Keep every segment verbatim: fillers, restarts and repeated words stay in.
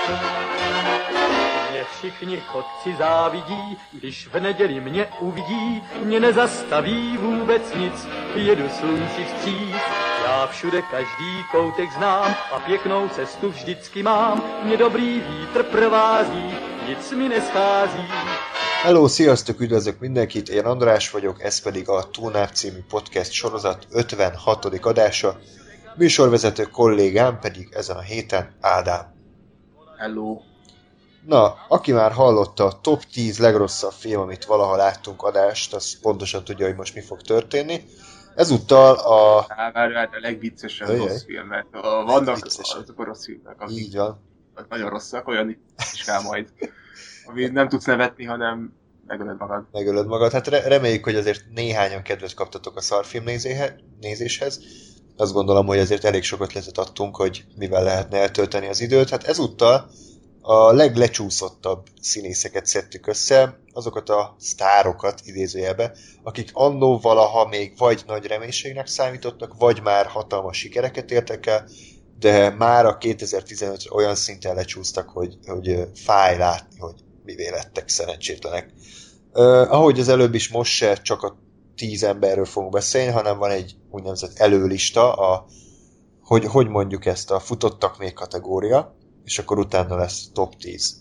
Mě všichni chodci závidí, když v neděli mě uvidí, mě nezastaví vůbec nic, jedu slunci vstříc. Já všude každý koutek znám a pěknou cestu vždycky mám, mě dobrý vítr provází, nic mi neschází. Hello, sziasztok, üdvözlök mindenkit, én András vagyok, ez pedig a Túlnáp című podcast sorozat ötvenhatodik adása. Műsorvezető kollégám pedig ezen a héten Ádám. Hello. Na, aki már hallotta a top tíz legrosszabb film, amit valaha láttunk adást, az pontosan tudja, hogy most mi fog történni. Ezúttal a... Hát a legviccesebb Ajaj. rossz filmek. Vannak azok a rossz filmek, akik Így van. nagyon rosszak, olyan is kell majd. Amit nem tudsz nevetni, hanem megölöd magad. Megölöd magad. Hát reméljük, hogy azért néhányan kedvet kaptatok a szarfilm nézéshez. Azt gondolom, hogy azért elég sok ötletet adtunk, hogy mivel lehetne eltölteni az időt. Hát ezúttal a leglecsúszottabb színészeket szedtük össze, azokat a sztárokat idézőjelbe, akik annó valaha még vagy nagy reménységnek számítottak, vagy már hatalmas sikereket értek el, de már a kétezer-tizenötre olyan szinten lecsúsztak, hogy, hogy fáj látni, hogy mivé lettek szerencsétlenek. Uh, ahogy az előbb is, most se csak a tíz emberről fogunk beszélni, hanem van egy úgynevezett előlista, a, hogy, hogy mondjuk ezt a futottak még kategória, és akkor utána lesz top tíz.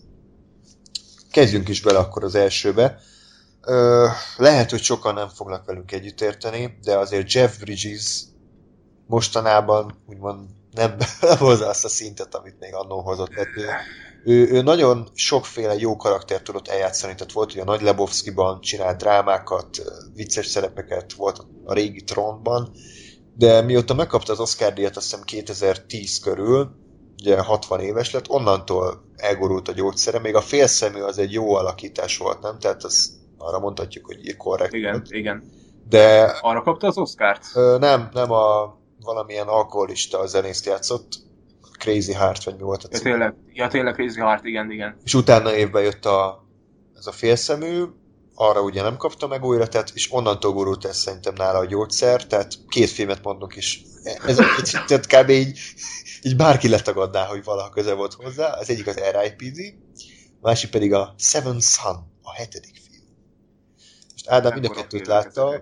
Kezdjünk is bele akkor az elsőbe. Uh, lehet, hogy sokan nem fognak velünk együtt érteni, de azért Jeff Bridges mostanában úgymond nem, nem hozza azt a szintet, amit még annó hozott. Ő, ő, ő nagyon sokféle jó karaktert tudott eljátszani, tehát volt, hogy a Nagy Lebowskiban csinált drámákat, vicces szerepeket, volt a régi Tronban, de mióta megkapta az Oscar-díjat, azt hiszem kétezer-tíz körül, ugye hatvan éves lett, onnantól elgurult a gyógyszere, még a félszemű az egy jó alakítás volt, nem? Tehát az, arra mondhatjuk, hogy korrekt. Igen, volt. igen. De... Arra kapta az Oscart? Ö, nem, nem a valamilyen alkoholista a zenészt játszott, Crazy Heart, vagy mi volt a cím. Ja, tényleg, ja, tényleg Crazy Heart, igen, igen. És utána évben jött a, ez a félszemű, arra ugye nem kapta meg újra, tehát, és onnantól gurult ez szerintem nála a gyógyszer, tehát két filmet mondunk is. Ez, tehát kb. így, így bárki letagadná, hogy valaha köze volt hozzá. Az egyik az er i pé dé, a másik pedig a Seven Son, a hetedik film. Most Ádám mind a kettőt látta.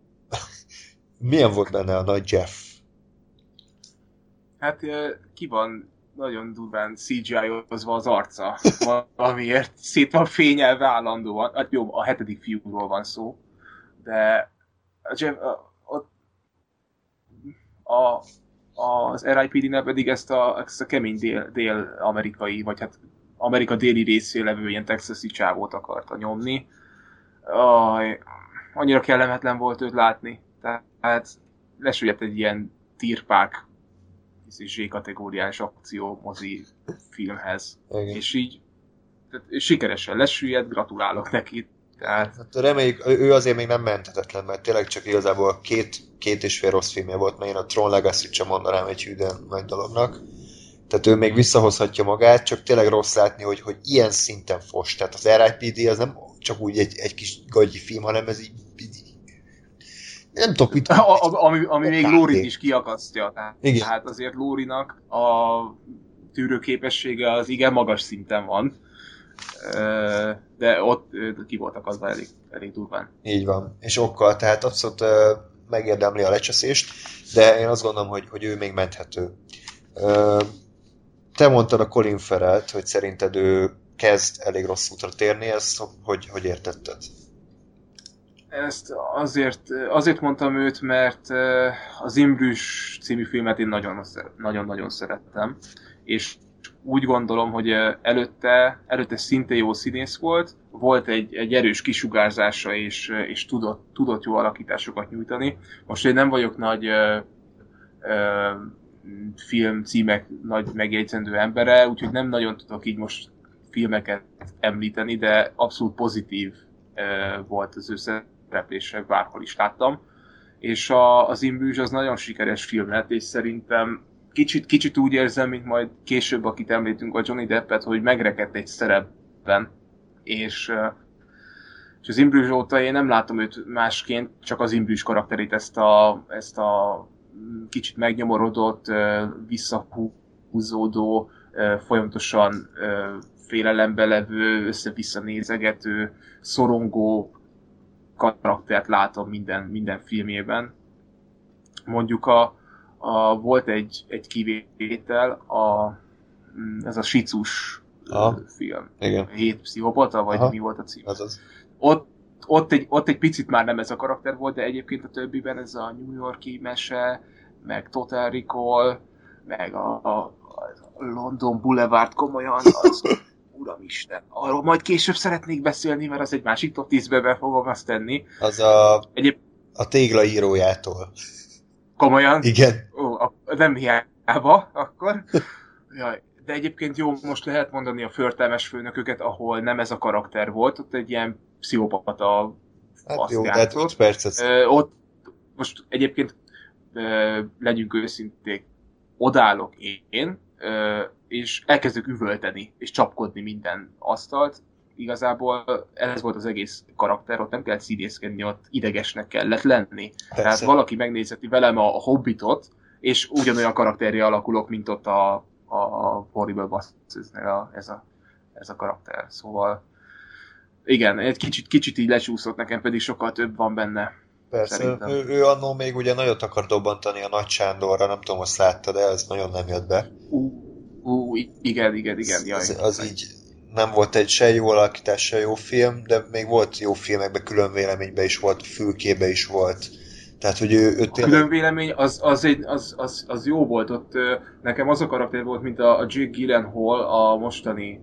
Milyen volt benne a nagy Jeff? Hát ki van nagyon durván cé gé í-ozva az arca, valamiért szét van fényelve állandóan. Hát jó, a hetedik fiúról van szó, de a Jeff, a, a, az er i pé dé-nél pedig ezt a, ezt a kemény dél, dél-amerikai, vagy hát Amerika déli részén levő ilyen texasi csávót akarta nyomni. Aj, annyira kellemetlen volt őt látni. Tehát lesüllyedt egy ilyen tirpák Z-kategóriás akció mozi filmhez. Igen. És így tehát, sikeresen lesüllyedt, gratulálok neki. Tehát... Hát reméljük, ő azért még nem menthetetlen, mert tényleg csak igazából két, két és fél rossz filmje volt, mert én a Tron Legacy-t sem mondanám egy hűden nagy dolognak. Tehát ő még visszahozhatja magát, csak tényleg rossz látni, hogy, hogy ilyen szinten fos. Tehát az er i pé dé az nem csak úgy egy, egy kis gagyi film, hanem ez így, így nem tudok mit... A, a, ami ami még Laurie-t is kiakasztja. Tehát, igen. Tehát azért Laurie-nak a tűrőképessége az igen magas szinten van. De ott ki volt akasztva elég, elég durván. Így van. És okkal, tehát abszolút uh, megérdemli a lecseszést, de én azt gondolom, hogy, hogy ő még menthető. Uh, te mondtad a Colin Farrellt, hogy szerinted ő kezd elég rossz útra térni, ezt hogy, hogy értetted? Ezt azért, azért mondtam őt, mert az Imbrüs című filmet én nagyon-nagyon szerettem, és úgy gondolom, hogy előtte, előtte szinte jó színész volt, volt egy, egy erős kisugárzása, és, és tudott, tudott jó alakításokat nyújtani. Most én nem vagyok nagy ö, ö, filmcímek nagy megjegyzendő embere, úgyhogy nem nagyon tudok így most filmeket említeni, de abszolút pozitív ö, volt az ő szereplése, bárhol is láttam. És a, az Imbrüs az nagyon sikeres film lett, és szerintem Kicsit, kicsit úgy érzem, mint majd később, akit említünk, a Johnny Deppet, hogy megrekedt egy szerepben, és, és az Imbrüs óta én nem látom őt másként, csak az Imbrüs karakterét, ezt a, ezt a kicsit megnyomorodott, visszahúzódó, folyamatosan félelembe levő, össze-vissza nézegető, szorongó karaktert látom minden, minden filmjében. Mondjuk a, a, volt egy, egy kivétel, a, ez a Sicus film. Igen. Hét pszichopata, vagy Aha. mi volt a cím? Azaz. Ott, ott, egy, ott egy picit már nem ez a karakter volt, de egyébként a többiben ez a New York-i mese, meg Total Recall, meg a, a, a London Boulevard, komolyan, az uramisten. Arról majd később szeretnék beszélni, mert az egy másik top tízbe be fogom azt tenni. Az a, Egyéb... a tégla írójától. Komolyan? Igen. Ó, a, nem hiába, akkor. Jaj. De egyébként jó, most lehet mondani a förtelmes főnököket, ahol nem ez a karakter volt, ott egy ilyen pszichopata hát azt jó, játszott. öt percet. Ö, ott most egyébként ö, legyünk őszinték, odállok én, ö, és elkezdök üvölteni, és csapkodni minden asztalt. Igazából ez volt az egész karakter, ott nem kellett színészkedni, ott idegesnek kellett lenni. Persze. Tehát valaki megnézheti velem a, a Hobbitot, és ugyanolyan karakterre alakulok, mint ott a, a Horrible Bastardsnél a, ez, a, ez a karakter. Szóval igen, egy kicsit, kicsit így lecsúszott, nekem pedig sokkal több van benne. Persze, ő, ő annó még ugye nagyot akar dobbantani a Nagy Sándorra, nem tudom, azt láttad, de ez nagyon nem jött be. Ú, ú igen, igen, igen. Jaj. Az, az így nem volt egy se jó alakítás, se jó film, de még volt jó filmekben, külön véleményben is volt, Fülkébe is volt. Tehát, hogy ő, ő tényleg... A külön vélemény az, az, egy, az, az, az jó volt, ott nekem az a karakter volt, mint a, a Jake Gyllenhaal a mostani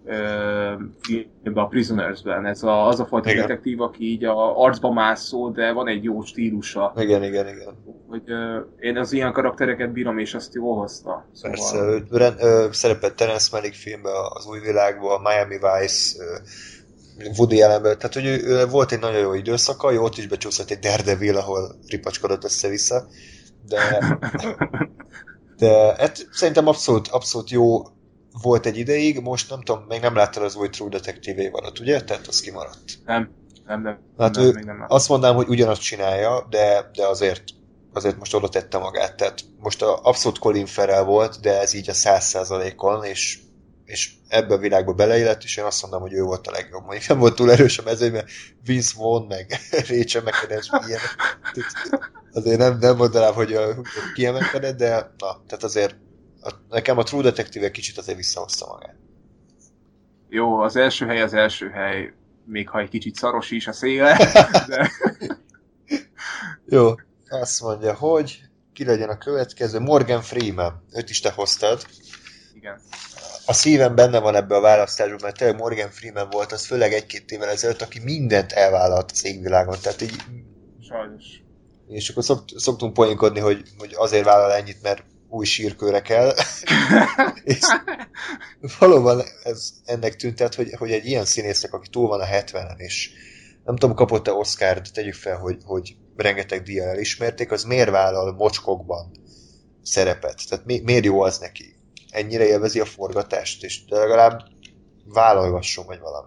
uh, filmben, a Prisonersben. Ez a, az a fajta igen. detektív, aki így a arcba mászó, de van egy jó stílusa. Igen, igen, igen. Hogy, uh, én az ilyen karaktereket bírom, és azt jól hozta. Szóval... Persze, ő, ő szerepelt Terence Malick filmben, az Új Világban, Miami Vice, Woody Allenből, tehát hogy ő, ő volt egy nagyon jó időszaka, jó, ott is becsúszott egy Daredevil, ahol ripacskodott össze-vissza, de, de hát szerintem abszolút, abszolút jó volt egy ideig, most nem tudom, még nem láttad az új True Detective évadot, ugye? Tehát az kimaradt. Nem, nem, nem. Hát nem, ő még nem azt mondanám, hogy ugyanazt csinálja, de, de azért, azért most oda tette magát, tehát most a, abszolút Colin Farrell volt, de ez így a száz százalékon, és és ebbe a világba beleillett, és én azt mondom, hogy ő volt a legjobb. Mondjuk nem volt túl erős a mezőny, mert Vince Vaughn, meg Rachel McAdams, ilyen. Azért nem, nem mondanám, hogy kiemelkedett, de na, tehát azért a, nekem a True Detective kicsit azért visszahozta magát. Jó, az első hely az első hely, még ha egy kicsit szaros is a széle, de... Jó, azt mondja, hogy ki legyen a következő, Morgan Freeman, őt is te hoztad. Igen. A szívem benne van ebbe a választásban, mert tényleg Morgan Freeman volt az, főleg egy-két évvel ezelőtt, aki mindent elvállalt az égvilágon. Tehát így... Sajnos. És akkor szokt, szoktunk poénkodni, hogy, hogy azért vállal ennyit, mert új sírkőre kell. És valóban ez ennek tűnt, tehát, hogy, hogy egy ilyen színésznek, aki túl van a hetvenen, és nem tudom, kapott-e Oscar-t, tegyük fel, hogy, hogy rengeteg díjjal elismerték, az miért vállal mocskokban szerepet? Tehát mi, miért jó az neki? Ennyire élvezi a forgatást, és legalább vállalgasson, vagy valami.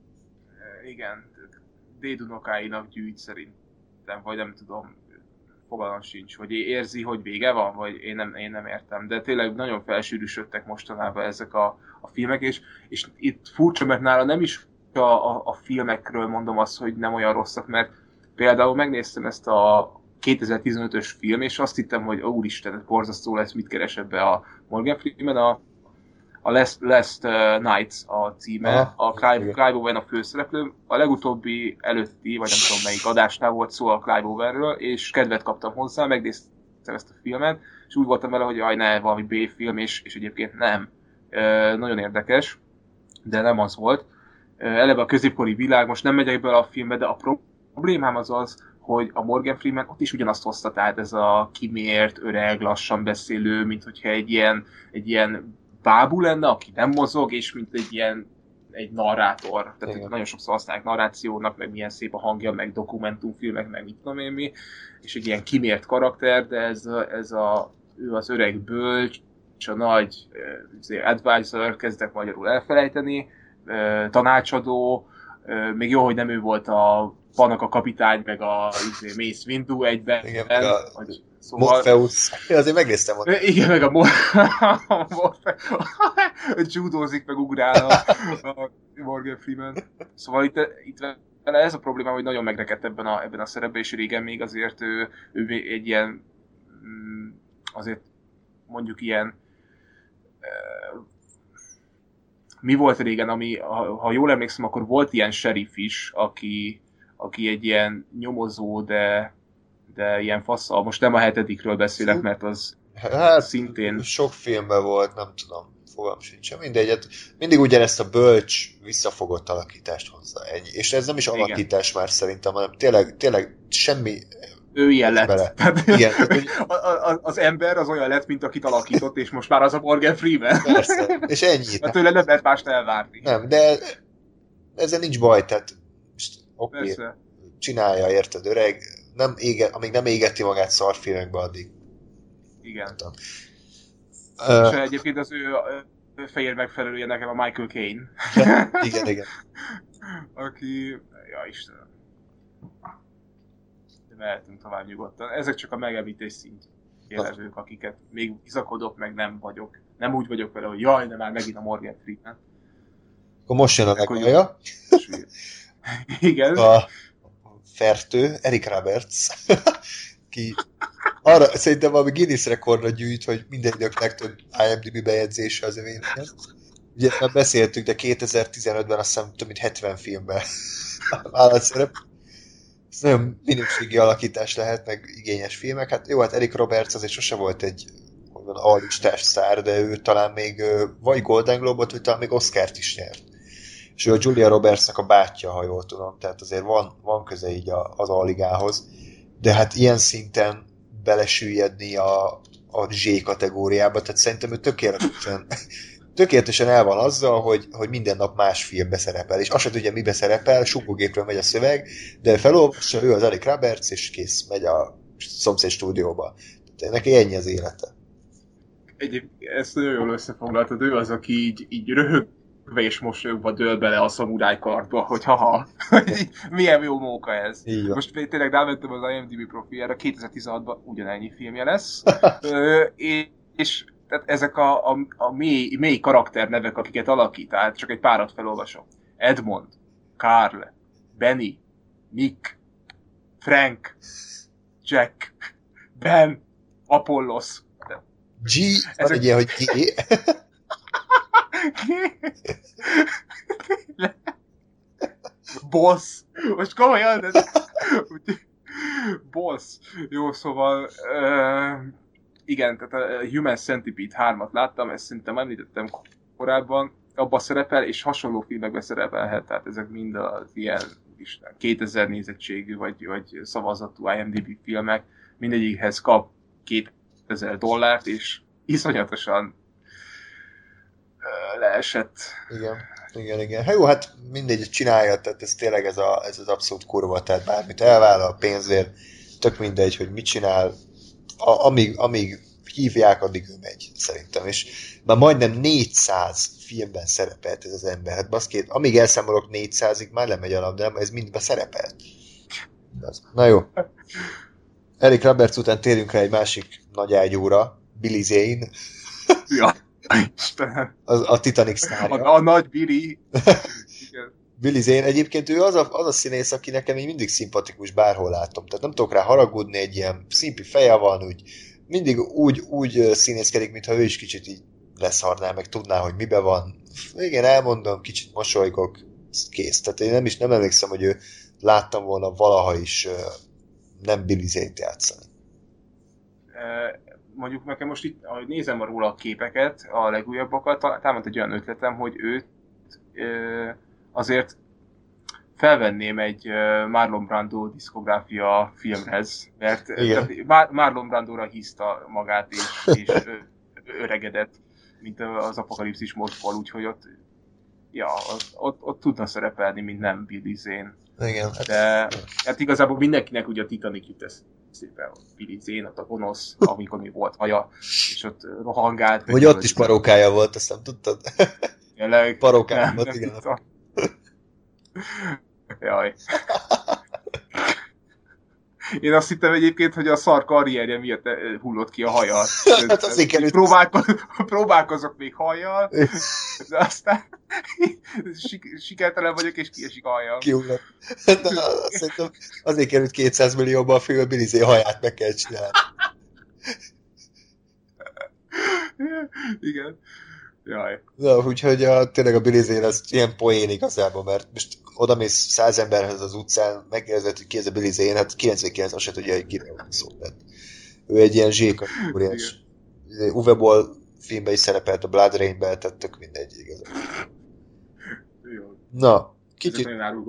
Igen, dédunokáinak gyűjt szerintem, vagy nem tudom, fogalmam sincs, hogy érzi, hogy vége van, vagy én nem, én nem értem. De tényleg nagyon felsűrűsödtek mostanában ezek a, a filmek, és, és itt furcsa, mert nála nem is a, a, a filmekről mondom azt, hogy nem olyan rosszak, mert például megnéztem ezt a kétezer-tizenötös film, és azt hittem, hogy ó, úristen, ez borzasztó lesz, mit keres ebbe a Morgan Freeman, a, a Last, Last uh, Nights a címe, aha, a Clive, Clive Owen a főszereplő, a legutóbbi előtti, vagy nem tudom melyik adásnál volt szó a Clive Owenről, és kedvet kaptam hozzá, megnéztem ezt a filmet, és úgy voltam vele, hogy jaj, ne, valami B-film, és, és egyébként nem. Uh, nagyon érdekes, de nem az volt. Uh, eleve a középkori világ, most nem megyek bele a filmbe, de a problémám az az, hogy a Morgan Freeman ott is ugyanazt hozta, tehát ez a kimért, öreg, lassan beszélő, mint hogyha egy ilyen, egy ilyen bábú lenne, aki nem mozog, és mint egy ilyen egy narrátor. Tehát igen. Nagyon sokszor használják narrációnak, meg milyen szép a hangja, meg dokumentumfilmek, meg mit tudom én mi, és egy ilyen kimért karakter, de ez a, ez a ő az öreg bölcs, és a nagy uh, advisor, kezdek magyarul elfelejteni, uh, tanácsadó, uh, még jó, hogy nem ő volt a vannak a kapitány, meg a izé, Mace Windu egyben. Igen, a, vagy Szóval... Morpheus. Azért megnéztem ott. Igen, meg a, Mor- a Morpheus. Judózik, meg ugrál a, a Morgan Freeman. Szóval itt, itt vele ez a probléma, hogy nagyon megrekedt ebben a, ebben a szerepben, és régen még azért ő, ő egy ilyen azért mondjuk ilyen mi volt régen, ami, ha, ha jól emlékszem, akkor volt ilyen sheriff is, aki, aki egy ilyen nyomozó, de, de ilyen faszal. Most nem a hetedikről beszélek, mert az hát, szintén... Sok filmben volt, nem tudom, fogalm sincs. Mindegy, hát mindig ugyanezt a bölcs, visszafogott alakítást hozza. Ennyi. És ez nem is alakítás igen. Már szerintem, hanem tényleg, tényleg semmi... Ő ilyen lett. Tehát, igen, a, a, az ember az olyan lett, mint akit alakított, és most már az a Morgan Freeman. Persze, és ennyi. Hát tőle nem lehet mást elvárni. Nem, de ezzel nincs baj, tehát oké, okay, csinálja, érted, öreg, nem ége, amíg nem égeti magát szarfilmekbe, addig. Igen. Uh, és egyébként az ő, ő fehér megfelelője nekem a Michael Caine. igen, igen. Aki, ja Istenem. De mehetünk tovább nyugodtan. Ezek csak a megemlítés szint élezők, akiket még bizakodok, meg nem vagyok. Nem úgy vagyok vele, hogy jaj, de már megint a Morgan Freeman. Akkor most jön a legolja. Igen. A fertő, Eric Roberts, ki arra szerintem valami Guinness rekordra gyűjt, hogy minden idők legtöbb IMDb bejegyzése az övénél. Ugye már beszéltük, de kétezer-tizenötben azt hiszem több mint hetven filmben vállalt szerep. Ez nagyon minőségi alakítás lehet, meg igényes filmek. Hát jó, hát Eric Roberts azért sose volt egy alistás sztár, de ő talán még vagy Golden Globe-ot, vagy talán még Oscart is nyert. És ő a Julia Robertsnak a bátyja, ha jól tudom, tehát azért van, van köze így a, az alligához. De hát ilyen szinten belesüllyedni a, a Z kategóriába, tehát szerintem ő tökéletesen, tökéletesen el van azzal, hogy, hogy minden nap más filmbe szerepel, és azt se tudja, mibe szerepel, súgógépről megy a szöveg, de felolvassa, ő az Eric Roberts, és kész, megy a szomszéd stúdióba. Tehát neki ennyi az élete. Egyébként ezt nagyon jól összefoglaltad, ő az, aki így, így röhögve és mosolyogva dől bele a szamuráj kartba, hogy haha, milyen jó móka ez. Most tényleg rámentem az IMDb profiljára, kétezer-tizenhatban ugyanennyi filmje lesz, és, és tehát ezek a, a, a mély, mély karakternevek, akiket alakít, tehát csak egy párat felolvasom. Edmond, Carl, Benny, Nick, Frank, Jack, Ben, Apollos. G, van egy ilyen, hogy G. Boss. Most komolyan, de... Boss. Jó, szóval... Uh, igen, tehát a Human Centipede hármat láttam, ezt szerintem említettem korábban, abban szerepel, és hasonló filmekben szerepelhet, tehát ezek mind az ilyen Isten, kétezer nézettségű, vagy, vagy szavazatú IMDb filmek, mindegyikhez kap kétezer dollárt, és iszonyatosan uh, leesett. Igen, igen, igen. Hát jó, hát mindegy, csinálja, tehát ez tényleg ez, a, ez az abszolút kurva, tehát bármit elvállal pénzért, tök mindegy, hogy mit csinál, a, amíg, amíg hívják, addig ő megy, szerintem, és már majdnem négyszáz filmben szerepelt ez az ember, hát baszkét, amíg elszámolok négyszázig, már lemegy a labda, ez mindben szerepelt. Na jó. Eric Roberts után térjünk rá egy másik nagy ágyúra, Billy Zane. Ja, Istenem. Az, a Titanic sztárja. A, a nagy Billy. Billy Zane, egyébként ő az a, az a színész, aki nekem így mindig szimpatikus, bárhol látom. Tehát nem tudok rá haragudni, egy ilyen szimpi feje van, úgy, mindig úgy, úgy színészkedik, mintha ő is kicsit így leszarná, meg tudná, hogy mibe van. Igen, elmondom, kicsit mosolygok, kész. Tehát én nem is nem emlékszem, hogy ő láttam volna valaha is nem Billy Zane-t játszani. Mondjuk nekem most itt, ahogy nézem róla a képeket, a legújabbakat, támadt egy olyan ötletem, hogy őt azért felvenném egy Marlon Brando diszkográfia filmhez, mert Marlon Brandóra hízta magát, és, és öregedett, mint az Apokalipszis mostból, úgyhogy ott, ja, ott, ott, ott tudna szerepelni, mint nem Billy Zane. Igen. De hát igazából mindenkinek ugye a Titanic jut ezt szépen, Billy Zane, ott a gonosz, amikor még volt haja, és ott rohangált. Hogy ott is parókája volt, azt nem tudtad? Jelenleg... Parókája volt, igen. Jaj. Én azt hittem egyébként, hogy a szar karrierje miatt hullott ki a haja. Hát azért került... Próbálko- próbálkozok még hajjal, de aztán sik- sikertelen vagyok, és kiesik a hajjal. Kiullott. De szerintem azért került kétszáz millióba a film, a Billy Zane haját meg kell csinálni. Igen. Jaj. Na, úgyhogy a, tényleg a Billy Zane az ilyen poén igazából, mert most oda mész száz emberhez az utcán, megkérdezed, hogy ki ez a Billy Zane, hát kilencvenkilenc azt se tudja, hogy kire van szó. Tehát ő egy ilyen zsékategóriás. Uwe Boll filmben is szerepelt, a Blood Rain-ben, tehát tök mindegy igazából. Na, kicsit,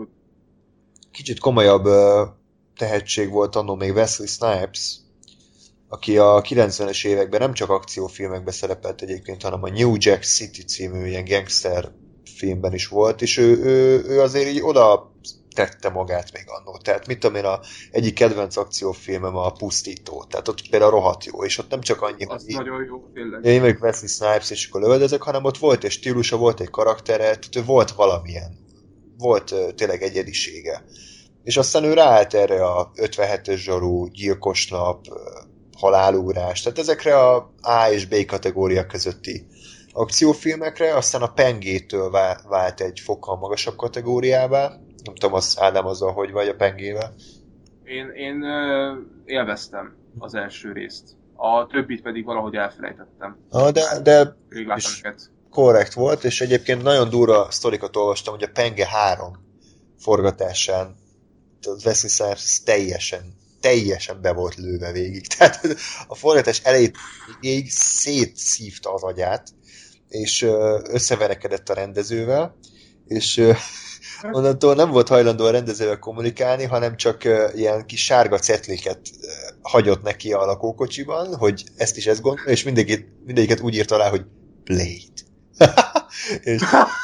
kicsit komolyabb uh, tehetség volt annó még Wesley Snipes, aki a kilencvenes években nem csak akciófilmekben szerepelt egyébként, hanem a New Jack City című ilyen gangster filmben is volt, és ő, ő, ő azért így oda tette magát még annó. Tehát mit tudom én, a egyik kedvenc akciófilmem a Pusztító. Tehát ott például rohadt jó, és ott nem csak annyi, az hogy nagyon jó, tényleg. Én meg Wesley Snipes, és akkor lövöldözök, hanem ott volt egy stílusa, volt egy karaktere, tehát ő volt valamilyen. Volt uh, tényleg egyedisége. És aztán ő ráállt erre a ötvenhetes zsarú, gyilkos nap, uh, halálúrás, tehát ezekre a A és B kategória közötti akciófilmekre, aztán a Pengétől vált egy fokkal magasabb kategóriává. Nem tudom, az Ádám azzal, hogy vagy a Pengével. Én, én ö, élveztem az első részt. A többit pedig valahogy elfelejtettem. Ah, de, de Rég láttam őket. Korrekt volt, és egyébként nagyon durva sztorikat olvastam, hogy a Penge három forgatásán Wesley Snipes teljesen teljesen be volt lőve végig. Tehát a forgatás elejéig szétszívta az agyát, és összeverekedett a rendezővel, és onnantól nem volt hajlandó a rendezővel kommunikálni, hanem csak ilyen kis sárga cetléket hagyott neki a lakókocsiban, hogy ezt is ezt gondolja, és mindegyiket, mindegyiket úgy írt alá, hogy Blade. és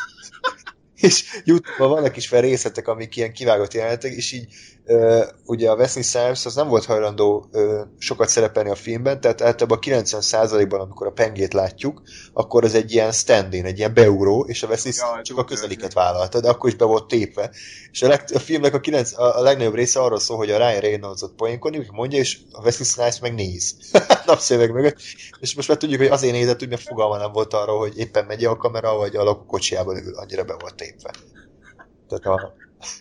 és YouTube-ban vannak is fel részletek, amik ilyen kivágott jelenetek, és így uh, ugye a Wesley Snipes az nem volt hajlandó uh, sokat szerepelni a filmben, tehát általában a kilencven százalékban, amikor a Pengét látjuk, akkor az egy ilyen stand-in, egy ilyen beugró, és a Wesley Snipes ja, csak a közeliket vállalta, de akkor is be volt tépve. És a, leg, a filmnek a, kilenc, a, a legnagyobb része arról szól, hogy a Ryan Reynolds-ot poénkodik, mondja, és a Wesley Snipes meg néz napszöveg mögött, és most már tudjuk, hogy azért nézett, úgy, mert fogalma nem volt arról, hogy éppen megy a kamera, vagy a lakókocsiában ül, annyira be volt tépve. Tehát a...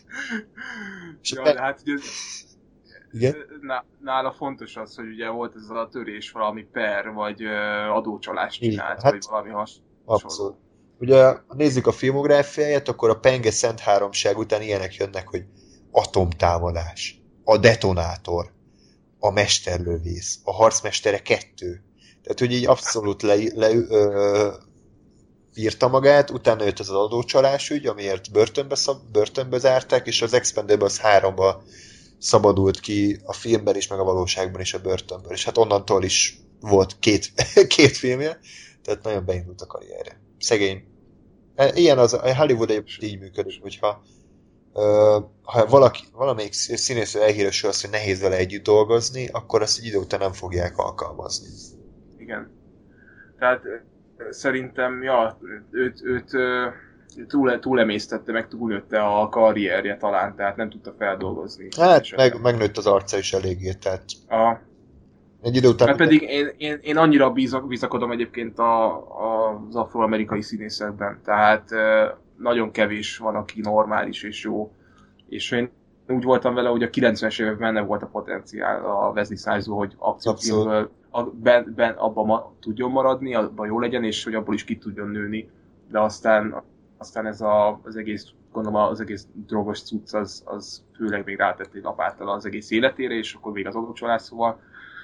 Ja, de hát ugye igen? Nála fontos az, hogy ugye volt ez a törés, valami per, vagy adócsalást csinált, hát, vagy valami hasonló. Abszolút. Ugye nézzük a filmográfiáját, akkor a Penge Szent Háromság után ilyenek jönnek, hogy atomtámadás, a detonátor, a mesterlövész, a harcmestere kettő. Tehát, hogy így abszolút le, le, ö, írta magát, utána jött az adócsalás ügy, amiért börtönbe, szab, börtönbe zárták, és az Expendables háromba szabadult ki a filmben is, meg a valóságban is a börtönből. És hát onnantól is volt két, két filmje, tehát nagyon beindult a karrierje. Szegény. Ilyen az, a Hollywood egyébként így működik, hogyha uh, ha valaki, valamelyik színésző elhíresül azt, hogy nehéz vele együtt dolgozni, akkor azt egy idő után nem fogják alkalmazni. Igen. Tehát szerintem, ja, őt, őt, őt túl, túlemésztette, meg túlnőtte a karrierje talán, tehát nem tudta feldolgozni. Hát, meg, megnőtt az arca is eléggé, tehát a, egy idő után... Mert pedig én, én, én annyira bízak, bízakodom egyébként a, a, az afroamerikai színészekben, tehát nagyon kevés van, aki normális és jó, és én úgy voltam vele, hogy a kilencvenes években benne volt a potenciál a Wesley Snipes-ból, hogy akciófilmből ben, ben, abban ma, tudjon maradni, abban jó legyen, és hogy abból is ki tudjon nőni, de aztán, aztán ez a, az egész, gondolom az egész drogos cucc, az, az főleg még rátett egy lapáttal az egész életére, és akkor még az adócsalás, szóval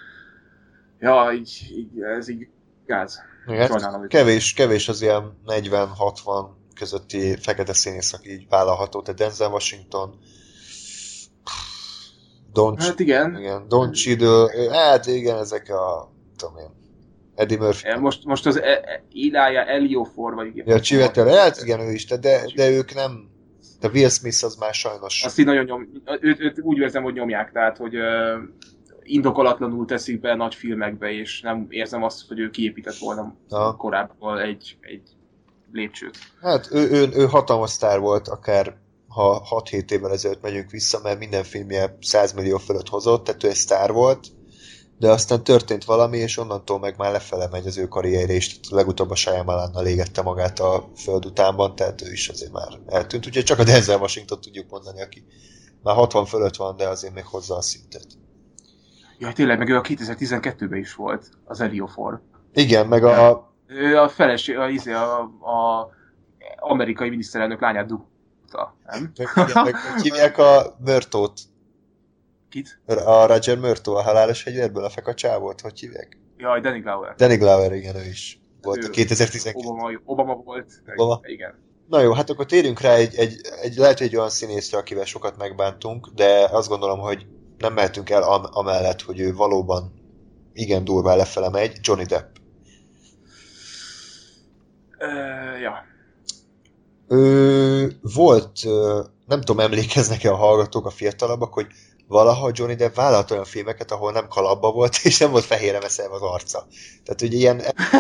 ja, így, így ez így gáz. Igen, kevés, kevés az ilyen negyven-hatvan közötti fekete színész, aki így vállalható, tehát Denzel Washington, Don hát igen. igen, Don Cheadle, hát igen, ezek a, tudom én, Eddie Murphy. Most, most az Ilája Eliofor, vagy igen. Ja, Chiwetel, hát igen, ő is, de, de ők nem, de Will Smith az már sajnos. Azt így nagyon nyom, őt, őt úgy érzem, hogy nyomják, tehát, hogy uh, indokolatlanul teszik be nagy filmekbe, és nem érzem azt, hogy ő kiépített volna Aha. korábban egy, egy lépcsőt. Hát ő, ő, ő hatalmas sztár volt, akár ha hat-hét évvel ezelőtt megyünk vissza, mert minden filmje száz millió fölött hozott, tehát ő egy sztár volt, de aztán történt valami, és onnantól meg már lefele megy az ő karrierje, és legutóbb a Shyamalan-nal égette magát a föld utánban, tehát ő is azért már eltűnt. Úgyhogy csak a Denzel Washington tudjuk mondani, aki már hatvan fölött van, de azért még hozza a szintet. Jaj, tényleg, meg ő a kétezer-tizenkettőben is volt, az Eliofor. Igen, meg a... a... Ő a feleség, a, a, a amerikai miniszterelnök lányát dugta, nem? Meg, igen, meg hívják a Murtaugh-t. Kit? A Roger Murtaugh, a Halálos hegyvérből, a fekacsávot, hogy hívják? Jaj, Danny Glover. Danny Glover, igen, ő is volt ő, a kétezer-tizenkettő. Obama, Obama volt. Obama. Igen. Na jó, hát akkor térjünk rá egy, egy, egy, lehet, egy olyan színészre, akivel sokat megbántunk, de azt gondolom, hogy nem mehetünk el am- amellett, hogy ő valóban igen durván lefele megy, Johnny Depp. Uh, ja. Ő volt, nem tudom, emlékeznek-e a hallgatók, a fiatalabbak, hogy valaha Johnny Depp vállalt olyan filmeket, ahol nem kalapba volt, és nem volt fehérre veszelve az arca. Tehát ugye ilyen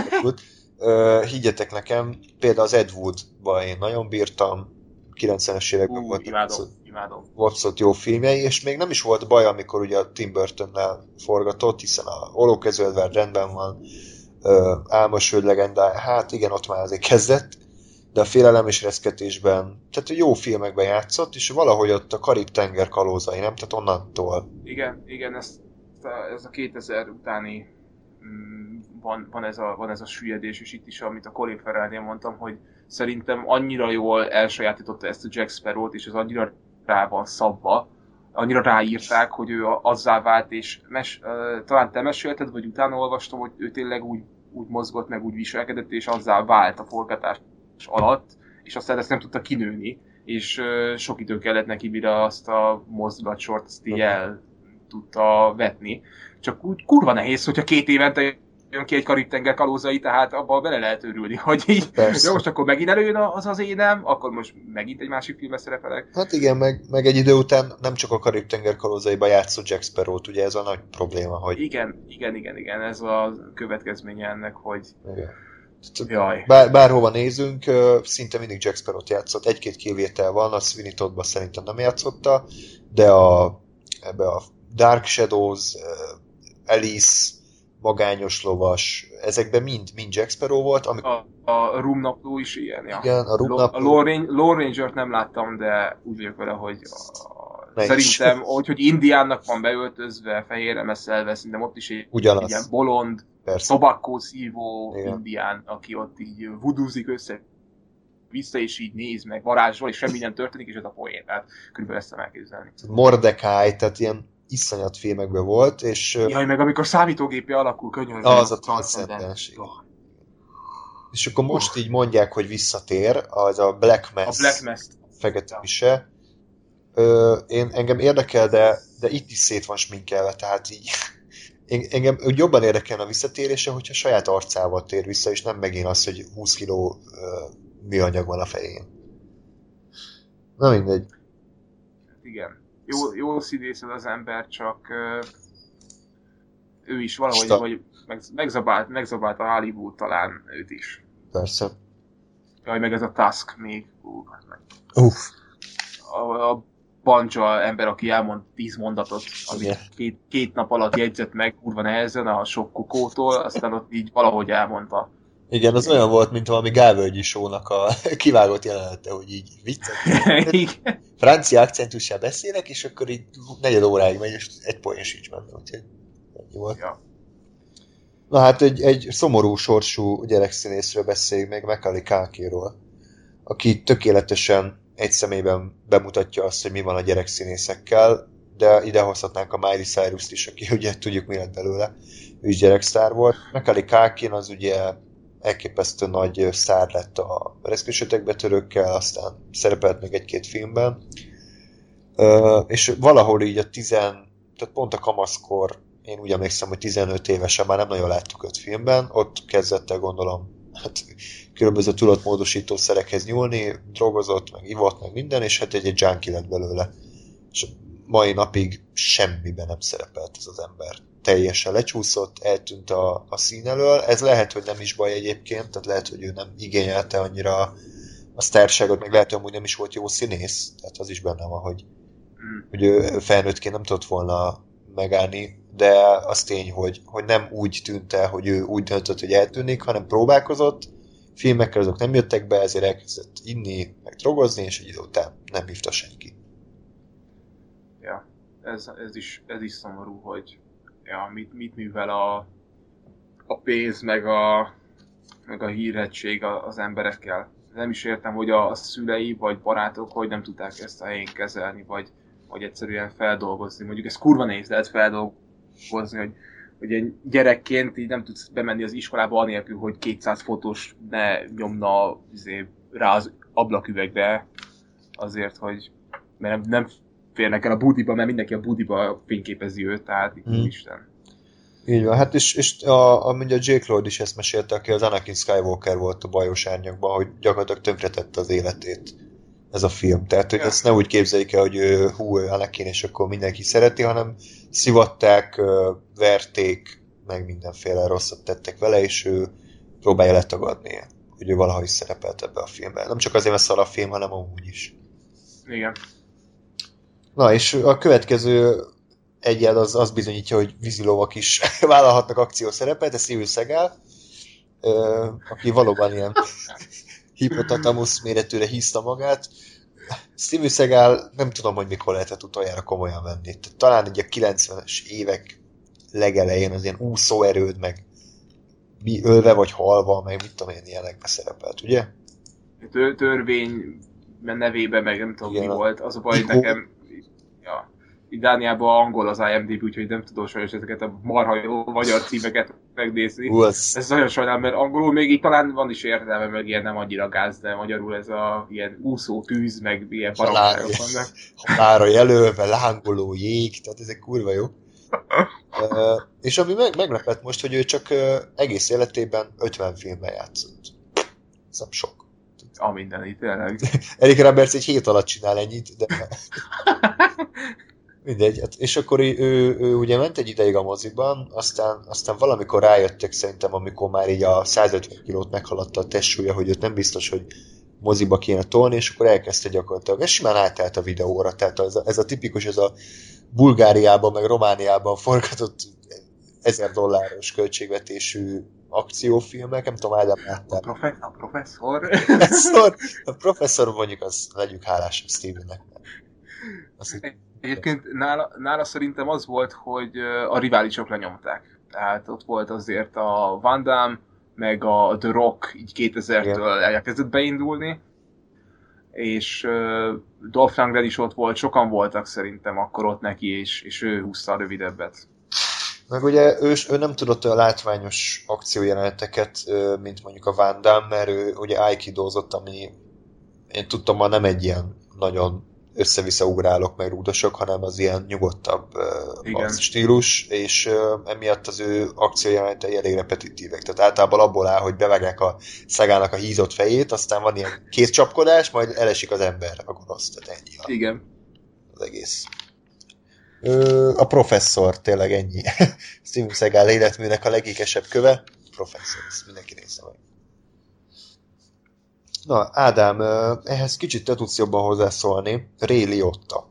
uh, higgyetek nekem, például az Ed Wood-ba én nagyon bírtam, kilencvenes években uh, volt imádom, imádom. volt ott jó filmjei, és még nem is volt baj, amikor ugye a Tim Burtonnel forgatott, hiszen a Ollókezű Edward rendben van, uh, Álmos Hölgy legendája, hát igen, ott már azért kezdett, de a Félelem és Reszketésben, tehát jó filmekben játszott, és valahogy ott a Karib-tenger kalózai, nem? Tehát onnantól. Igen, igen, ez, ez a kétezer utáni mm, van, van, ez a, van ez a süllyedés, és itt is, amit a Colin Farrellnél mondtam, hogy szerintem annyira jól elsajátította ezt a Jack Sparrow-t, és ez annyira rá van szabva, annyira ráírták, hogy ő azzá vált, és mes, uh, talán te mesélted, vagy utána olvastam, hogy ő tényleg úgy, úgy mozgott, meg úgy viselkedett, és azzá vált a forgatás alatt, és aztán ezt nem tudta kinőni, és uh, sok idő kellett neki, mire azt a mozdulatsort azt így el tudta vetni. Csak úgy kurva nehéz, hogyha két évente jön ki egy Karib-tenger kalózai, tehát abban bele lehet örülni, hogy így, de most akkor megint előjön az az énem, akkor most megint egy másik filmben szerepelek. Hát igen, meg, meg egy idő után nem csak a Karib-tenger kalózaiban játszott Jack Sparrow-t, ugye ez a nagy probléma, hogy... Igen, igen, igen, igen, ez a következménye ennek, hogy... Igen. Jaj. Bár, bárhova nézünk, szinte mindig Jack Sparrow-t játszott, egy-két kivétel van, a Sweeney Toddban szerintem nem játszotta, de a, ebbe a Dark Shadows, Alice, Magányos lovas, ezekben mind, mind Jack Sparrow volt. Amikor... A, a Room napló is ilyen, ja. Igen, a Room Lo, napló. A Lone, Ranger, Lone Ranger-t nem láttam, de úgy vagyok vele, hogy a, szerintem, hogy, hogy Indiánnak van beöltözve, fehérre messzelve, szerintem ott is egy, egy ilyen bolond, tobakkó szívó indián, aki ott így vudúzik össze, vissza és így néz meg, varázsol, és semmi nem történik, és ez a poén. Tehát körülbelül ezt nem elképzelni. Mordecai, tehát ilyen iszonyat filmekben volt, és... Jaj, meg amikor számítógépje alakul, könyörgő. Az a transzcendens. Oh. És akkor most így mondják, hogy visszatér, az a Black Mass. A Black Mass. Fekete mise. Ö, én, engem érdekel, de, de itt is szét van sminkelve, tehát így... Engem úgy jobban érdekel a visszatérése, hogyha saját arcával tér vissza, és nem megint az, hogy húsz kiló uh, műanyag van a fején. Na mindegy. Igen. Jó, jó színészed az ember, csak uh, ő is valahogy Sta- vagy meg, megzabált, megzabált a Hollywood talán őt is. Persze. Jaj, meg ez a Tusk még. Uh, Uff. A, a Banja ember, aki elmond tíz mondatot, amit két, két nap alatt jegyzett meg, kurva nehezen a sok kokótól, aztán ott így valahogy elmondta. Igen, az olyan volt, mint valami Gálvölgyi show-nak a kivágott jelenete, hogy így viccet. Francia akcentussal beszélek, és akkor így negyed óráig megy, és egy poén sincs benne, úgyhogy ennyi volt. Ja. Na hát egy, egy szomorú sorsú gyerekszínészről beszéljünk még, Macaulay Culkinról, aki tökéletesen egy személyben bemutatja azt, hogy mi van a gyerekszínészekkel, de idehozhatnánk a Miley Cyrust is, aki ugye tudjuk mi lett belőle, ő is gyereksztár volt. Macaulay Culkin az ugye elképesztő nagy sztár lett a Reszkősötek betörőkkel, aztán szerepelt még egy-két filmben, Ö, és valahol így a tizen, tehát pont a kamaszkor, én úgy emlékszem, hogy tizenöt évesen már nem nagyon láttuk öt filmben, ott kezdett el gondolom, hát különböző tudatmódosító szerekhez nyúlni, drogozott, meg ivott, meg minden, és hát egy, egy junkie lett belőle. És mai napig semmiben nem szerepelt ez az ember. Teljesen lecsúszott, eltűnt a, a szín elől. Ez lehet, hogy nem is baj egyébként, tehát lehet, hogy ő nem igényelte annyira a sztárságot, meg lehet, hogy amúgy nem is volt jó színész, tehát az is benne van, hogy, Mm. hogy ő felnőttként nem tudott volna megállni, de az tény, hogy, hogy nem úgy tűnt el, hogy ő úgy döntött, hogy eltűnik, hanem próbálkozott, filmekkel azok nem jöttek be, ezért elkezdett inni, meg drogozni, és egy idő után nem hívta senki. Ja, ez, ez, is, ez is szomorú, hogy ja, mit, mit művel a, a pénz, meg a, meg a hírhetség az emberekkel. Nem is értem, hogy a szülei vagy barátok hogy nem tudták ezt a helyén kezelni, vagy, vagy egyszerűen feldolgozni. Mondjuk ez kurva nehéz lehet feldolgozni, hogy, hogy egy gyerekként így nem tudsz bemenni az iskolába anélkül, hogy kétszáz fotós ne nyomna izé, rá az ablaküvegre azért, hogy mert nem, nem férnek el a budiba, mert mindenki a budiba fényképezi őt, tehát Hmm. Isten. Így van, hát és, és a, a, a Jake Lloyd is ezt mesélte, aki az Anakin Skywalker volt a Bajos Árnyakban, hogy gyakorlatilag tönkretette az életét ez a film. Tehát, hogy Ja. ezt ne úgy képzeljük el, hogy ő, hú, ő Anakin, és akkor mindenki szereti, hanem szivatták, ö, verték, meg mindenféle rosszat tettek vele, és ő próbálja letagadni, hogy ő valaha is szerepelt ebbe a filmben. Nem csak azért, mert szar a film, hanem amúgy is. Igen. Na, és a következő egyel az, az bizonyítja, hogy vízilovak is vállalhatnak akciószerepet, ez Steven Seagal, ö, aki valóban ilyen hippopotamus méretűre hízta magát. Steven Seagal nem tudom, hogy mikor lehetett utoljára komolyan venni. Talán egy a kilencvenes évek legelején az ilyen úszóerőd, meg mi ölve vagy halva, meg mit tudom én, ilyenekbe szerepelt, ugye? Tör, törvény nevében meg nem tudom Igen, mi a- volt. Az a baj, hogy Ikó. nekem ja, itt Dániában angol az IMDb, úgyhogy nem tudom sajnos ezeket a marha jó magyar címeket megnézni. Ú, az Ez nagyon sajnálom, mert angolul még így talán van is értelme, meg ilyen nem annyira gáz, de magyarul ez a ilyen úszó tűz, meg ilyen baromságok vannak. halálra jelölve, lángoló jég, tehát ezek kurva jó. uh, és ami meg, meglepett most, hogy ő csak uh, egész életében ötven filmben játszott. Ez nem sok. A minden itt tényleg. Eric Roberts egy hét alatt csinál ennyit, de mindegy. Hát, és akkor ő, ő, ő ugye ment egy ideig a moziban, aztán, aztán valamikor rájöttek szerintem, amikor már így a százötven kilót meghaladta a testsúlya, hogy őt nem biztos, hogy moziba kéne tolni, és akkor elkezdte gyakorlatilag. Ez simán átállt a videóra, tehát ez a, ez a tipikus, ez a Bulgáriában, meg Romániában forgatott ezer dolláros költségvetésű akciófilmek, nem tudom, Ádám A, láttál. profe- a professzor. Professzor, a professzor mondjuk az, legyünk hálás Stevennek. Azt így- Egyébként nála, nála szerintem az volt, hogy ö, a riválisok lenyomták. Tehát ott volt azért a Van Damme, meg a The Rock így kétezertől elkezdett beindulni, és uh, Dolph Lundgren is ott volt, sokan voltak szerintem akkor ott neki, és, és ő húzta a rövidebbet. Meg ugye ő, ő nem tudott olyan látványos akciójeleneteket, ö, mint mondjuk a Van Damme, mert ő ugye aikidózott, ami én tudtam, ma nem egy ilyen nagyon össze-vissza ugrálok meg rúdosok, hanem az ilyen nyugodtabb uh, az stílus, és uh, emiatt az ő akciójelenetei elég repetitívek. Tehát általában abból áll, hogy bevágják a szegának a hízott fejét, aztán van ilyen kézcsapkodás, majd elesik az ember a gonosz, tehát ennyi a, Igen. az egész. Ö, a professzor, tényleg ennyi. Steven Seagal életműnek a legékesebb köve, professzor, ezt mindenki nézze meg. Na, Ádám, ehhez kicsit te tudsz jobban hozzászólni. Ray Liotta.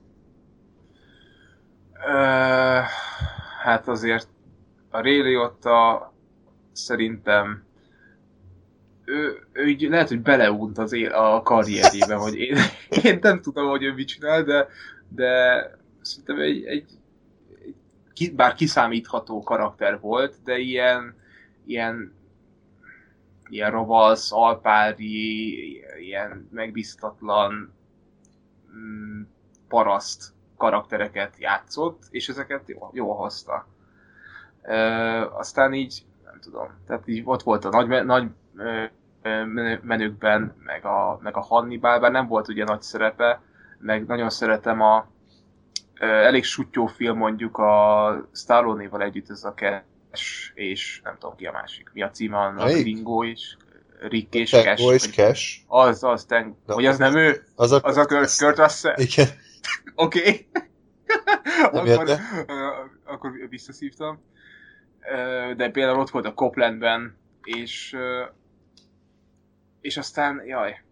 Uh, hát azért a Ray Liotta szerintem ő, ő így lehet, hogy beleunt az él, a karrierjébe, hogy én, én nem tudom, hogy ő mit csinál, de, de szerintem egy, egy, egy ki, bár kiszámítható karakter volt, de ilyen, ilyen ilyen rovasz, alpári, ilyen megbíztatlan mm, paraszt karaktereket játszott, és ezeket jól, jól hozta. E, aztán így, nem tudom, tehát így ott volt a nagy, nagy menőkben, meg a, meg a Hannibal, bár nem volt ugye nagy szerepe, meg nagyon szeretem a e, elég suttyó film mondjuk a Stallone-val együtt, ez a Cash, és nem tudom ki a másik. Mi a címe annak? Ringo is. Rick és Cash. Tango és Cash. Az, az, Tango. Hogy az nem ő? Az a, az a Kurt, Kurt Russell? Igen. Oké. Okay. akkor, akkor visszaszívtam. De például ott volt a Coplandben, és és aztán, jaj,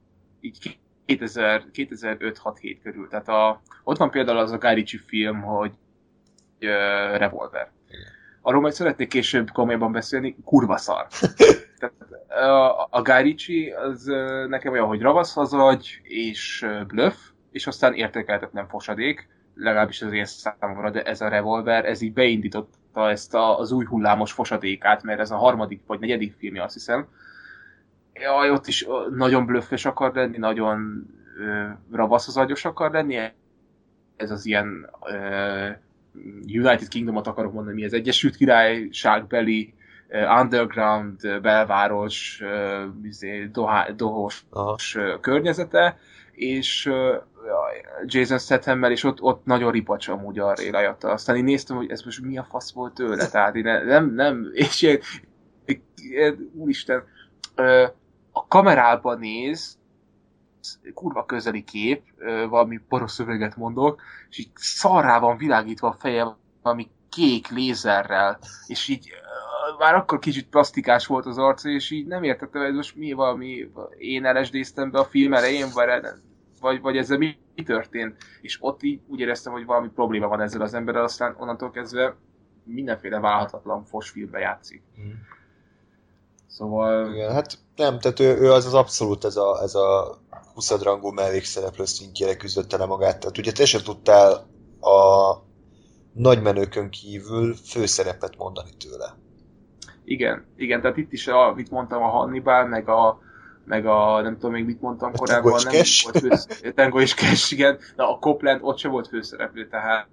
így kétezer, kétezer-öt hat hét körül. Tehát a, ott van például az a Guy Ritchie film, hogy uh, Revolver. Arról majd szeretnék később komolyabban beszélni, kurva szar. Tehát, uh, a Guy Ritchie az uh, nekem olyan, hogy ravasz az agy, és uh, bluff, és aztán értékelhetetlen fosadék, legalábbis az én számomra, de ez a Revolver, ez így beindította ezt a, az új hullámos fosadékát, mert ez a harmadik vagy negyedik filmje, azt hiszem. Jaj, ott is nagyon blöffes akar lenni, nagyon uh, ravasz az agyos akar lenni. Ez az ilyen uh, United Kingdomot akarok mondani, mi az Egyesült Királyságbeli uh, underground, uh, belváros, uh, dohá, dohos uh, környezete, és uh, Jason Stathammel, és ott, ott nagyon ripacs amúgy a Ray Liotta. Aztán én néztem, hogy ez most mi a fasz volt tőle, tehát én nem, nem, és ilyen, úristen, uh, a kamerában néz, kurva közeli kép, valami boros szöveget mondok, és így szarrá van világítva a feje valami kék lézerrel, és így már akkor kicsit plastikás volt az arca, és így nem értettem, hogy ez most mi valami, én el es dé-ztem be a film elején, vagy, vagy ezzel mi, mi történt. És ott így úgy éreztem, hogy valami probléma van ezzel az emberrel, aztán onnantól kezdve mindenféle válhatatlan fos filmbe játszik. Hmm. Szóval... Igen, hát nem, tehát ő, ő az az abszolút ez a, ez a huszadrangú mellékszereplő szintjére küzdötte le magát. Tehát ugye te sem tudtál a nagymenőkön kívül főszerepet mondani tőle. Igen, igen, tehát itt is, amit mondtam, a Hannibal, meg a, meg a nem tudom még mit mondtam a korábban. Tango és Cash. Fősz... Tango és Cash, igen. De a Copland ott sem volt főszereplő, tehát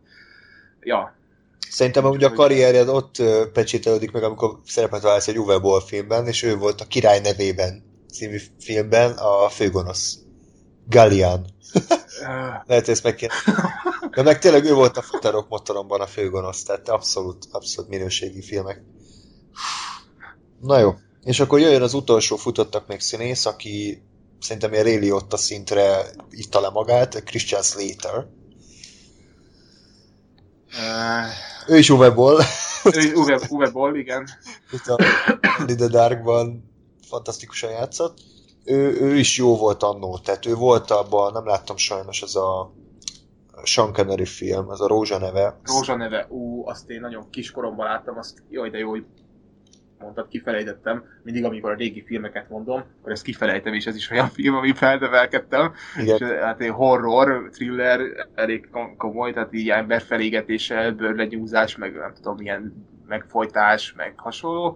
ja. Szerintem ugye a karrierjed ott pecsételődik meg, amikor szerepet vállalsz egy Uwe Boll filmben, és ő volt a Király nevében című filmben a főgonosz. Gallian. Lehet, hogy ezt meg kell. De meg tényleg ő volt a Futarok motoromban a főgonosz, tehát abszolút, abszolút minőségi filmek. Na jó, és akkor jöjjön az utolsó futottak még színész, aki szerintem ilyen Ray Liotta szintre itta le magát, Christian Slater. Uh, ő is Uwe Boll. Ő Uwe, Uwe Boll, igen. Itt a In the Darkban fantasztikusan játszott. Ő, ő is jó volt annó, tehát ő volt abban, nem láttam sajnos, az a Sean Connery film, az a Rózsa neve. Rózsa neve, ú, azt én nagyon kiskoromban láttam, azt jaj, de jó, hogy mondtad, kifelejtettem. Mindig, amikor a régi filmeket mondom, akkor ezt kifelejtem, és ez is olyan film, ami felnevelkedtem. És hát egy horror, thriller, elég komoly, tehát így emberfelégetéssel, bőrlegyúzás, meg nem tudom, ilyen megfojtás, meg hasonló.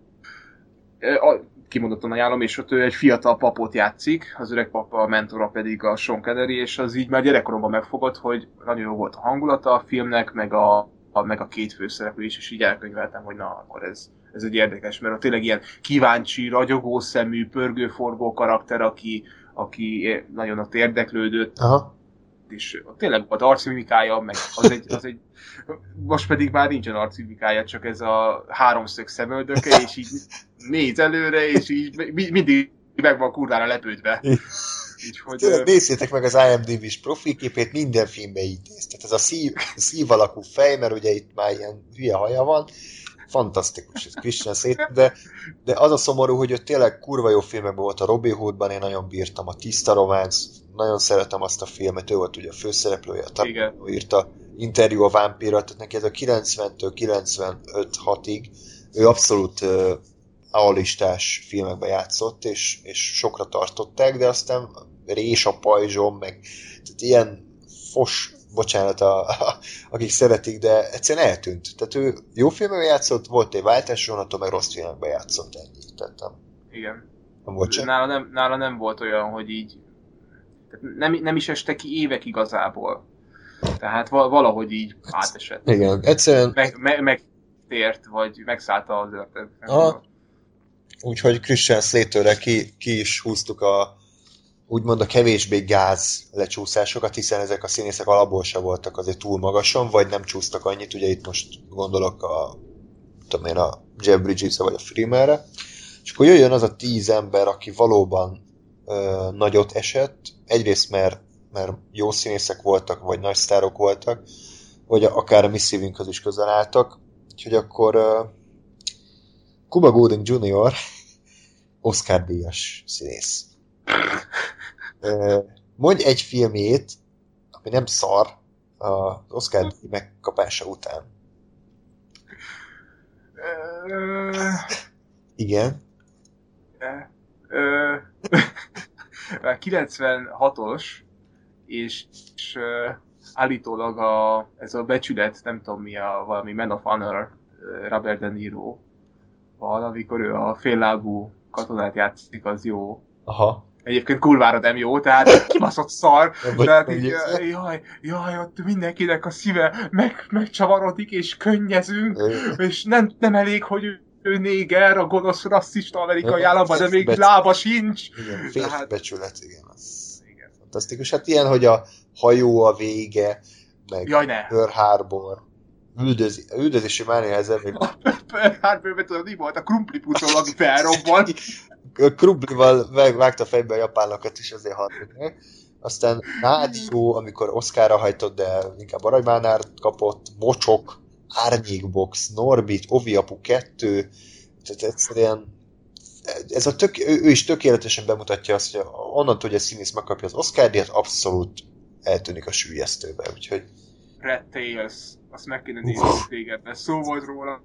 Kimondottan ajánlom, és ott ő egy fiatal papot játszik, az öreg papa, a mentora pedig a Sean Connery, és az így már gyerekkoromban megfogott, hogy nagyon jó volt a hangulata a filmnek, meg a, a, meg a két főszereplő is, és így elkönyveltem, hogy na, akkor ez, ez egy érdekes, mert ott tényleg ilyen kíváncsi, ragyogó szemű, pörgőforgó karakter, aki, aki nagyon ott érdeklődött. Aha. És ott tényleg volt arcmimikája, meg az egy, az egy, most pedig már nincsen arcmimikája, csak ez a háromszög szemöldöke, és így néz előre, és így mindig meg van kurvára lepődve. Úgyhogy, tényleg nézzétek meg az I M D B-s profilképét, minden filmben így néz. Tehát ez a szív, szív alakú fej, mert ugye itt már ilyen hülye haja van, fantasztikus ez Christian Slater, de, de az a szomorú, hogy ott tényleg kurva jó filmekben volt, a Robin Hoodban én nagyon bírtam, a Tiszta Románc, nagyon szeretem azt a filmet, ő volt ugye a főszereplője, a Tarantino írta, Interjú a vámpírra, tehát neki ez a kilencventől kilencvenöt hatig ő abszolút uh, A-listás filmekben játszott, és, és sokra tartották, de aztán Rés a pajzsom, meg tehát ilyen fos, bocsánat, a, a, akik szeretik, de egyszerűen eltűnt. Tehát ő jó filmekben játszott, volt egy váltás vonaton, meg rossz filmekben játszott ennyi. Tehát nem, igen. Nem volt sem. Nála nem, nála nem volt olyan, hogy így tehát nem, nem is este ki évek igazából. Tehát valahogy így átesett. Igen, egyszerűen... Meg, meg, megtért, vagy megszállta az örtet. Úgyhogy Christian Slaterre ki, ki is húztuk a úgymond a kevésbé gáz lecsúszásokat, hiszen ezek a színészek alapból se voltak azért túl magasan, vagy nem csúsztak annyit, ugye itt most gondolok a, tudom én, a Jeff Bridges-e vagy a Freemanre, és akkor jöjjön az a tíz ember, aki valóban ö, nagyot esett, egyrészt mert, mert jó színészek voltak, vagy nagy sztárok voltak, vagy akár a mi szívünkhöz is közel álltak, úgyhogy akkor ö, Cuba Gooding junior Oscar-díjas színész. Ö, Mondj egy filmjét, ami nem szar az Oscar megkapása után. Ö, Igen. ö, kilencvenhatos, és, és ö, állítólag a, ez a becsület, nem tudom mi a, valami Man of Honor, Robert De Niro, valamikor ő a féllábú katonát játszik, az jó. Aha. Egyébként kurvára nem jó, tehát kibaszott szar, Vagy tehát így, mondjuk- jaj, jaj, ott mindenkinek a szíve meg, megcsavarodik, és könnyezünk, Ö, és nem, nem elég, hogy ő, ő néger, a gonosz rasszista amerikai Ö, államban, de még bet- lába sincs. Igen, férfi Tehát- becsület, igen, az Igen. fantasztikus. Hát ilyen, hogy a hajó a vége, meg Jaj, ne! Pearl Harbor, üldözi, üldözési mánia ezzel még A Pearl Harborben tudod, mi volt? A krumpli pucoló, aki felrobban. Krublival megvágta fejbe a japánokat is, azért haltak meg. Aztán Nádió, amikor Oszkárra hajtott, de inkább Aranymánár kapott, Mocsok, Árnyékbox, Norbit, Ovi Apu kettő, tehát egyszerűen ez a tök, ő, ő is tökéletesen bemutatja azt, hogy onnantól, hogy a színész megkapja az Oscar-díjat, abszolút eltűnik a süllyesztőbe, úgyhogy Red Tails, azt meg kéne nézni téged, mert szó volt róla.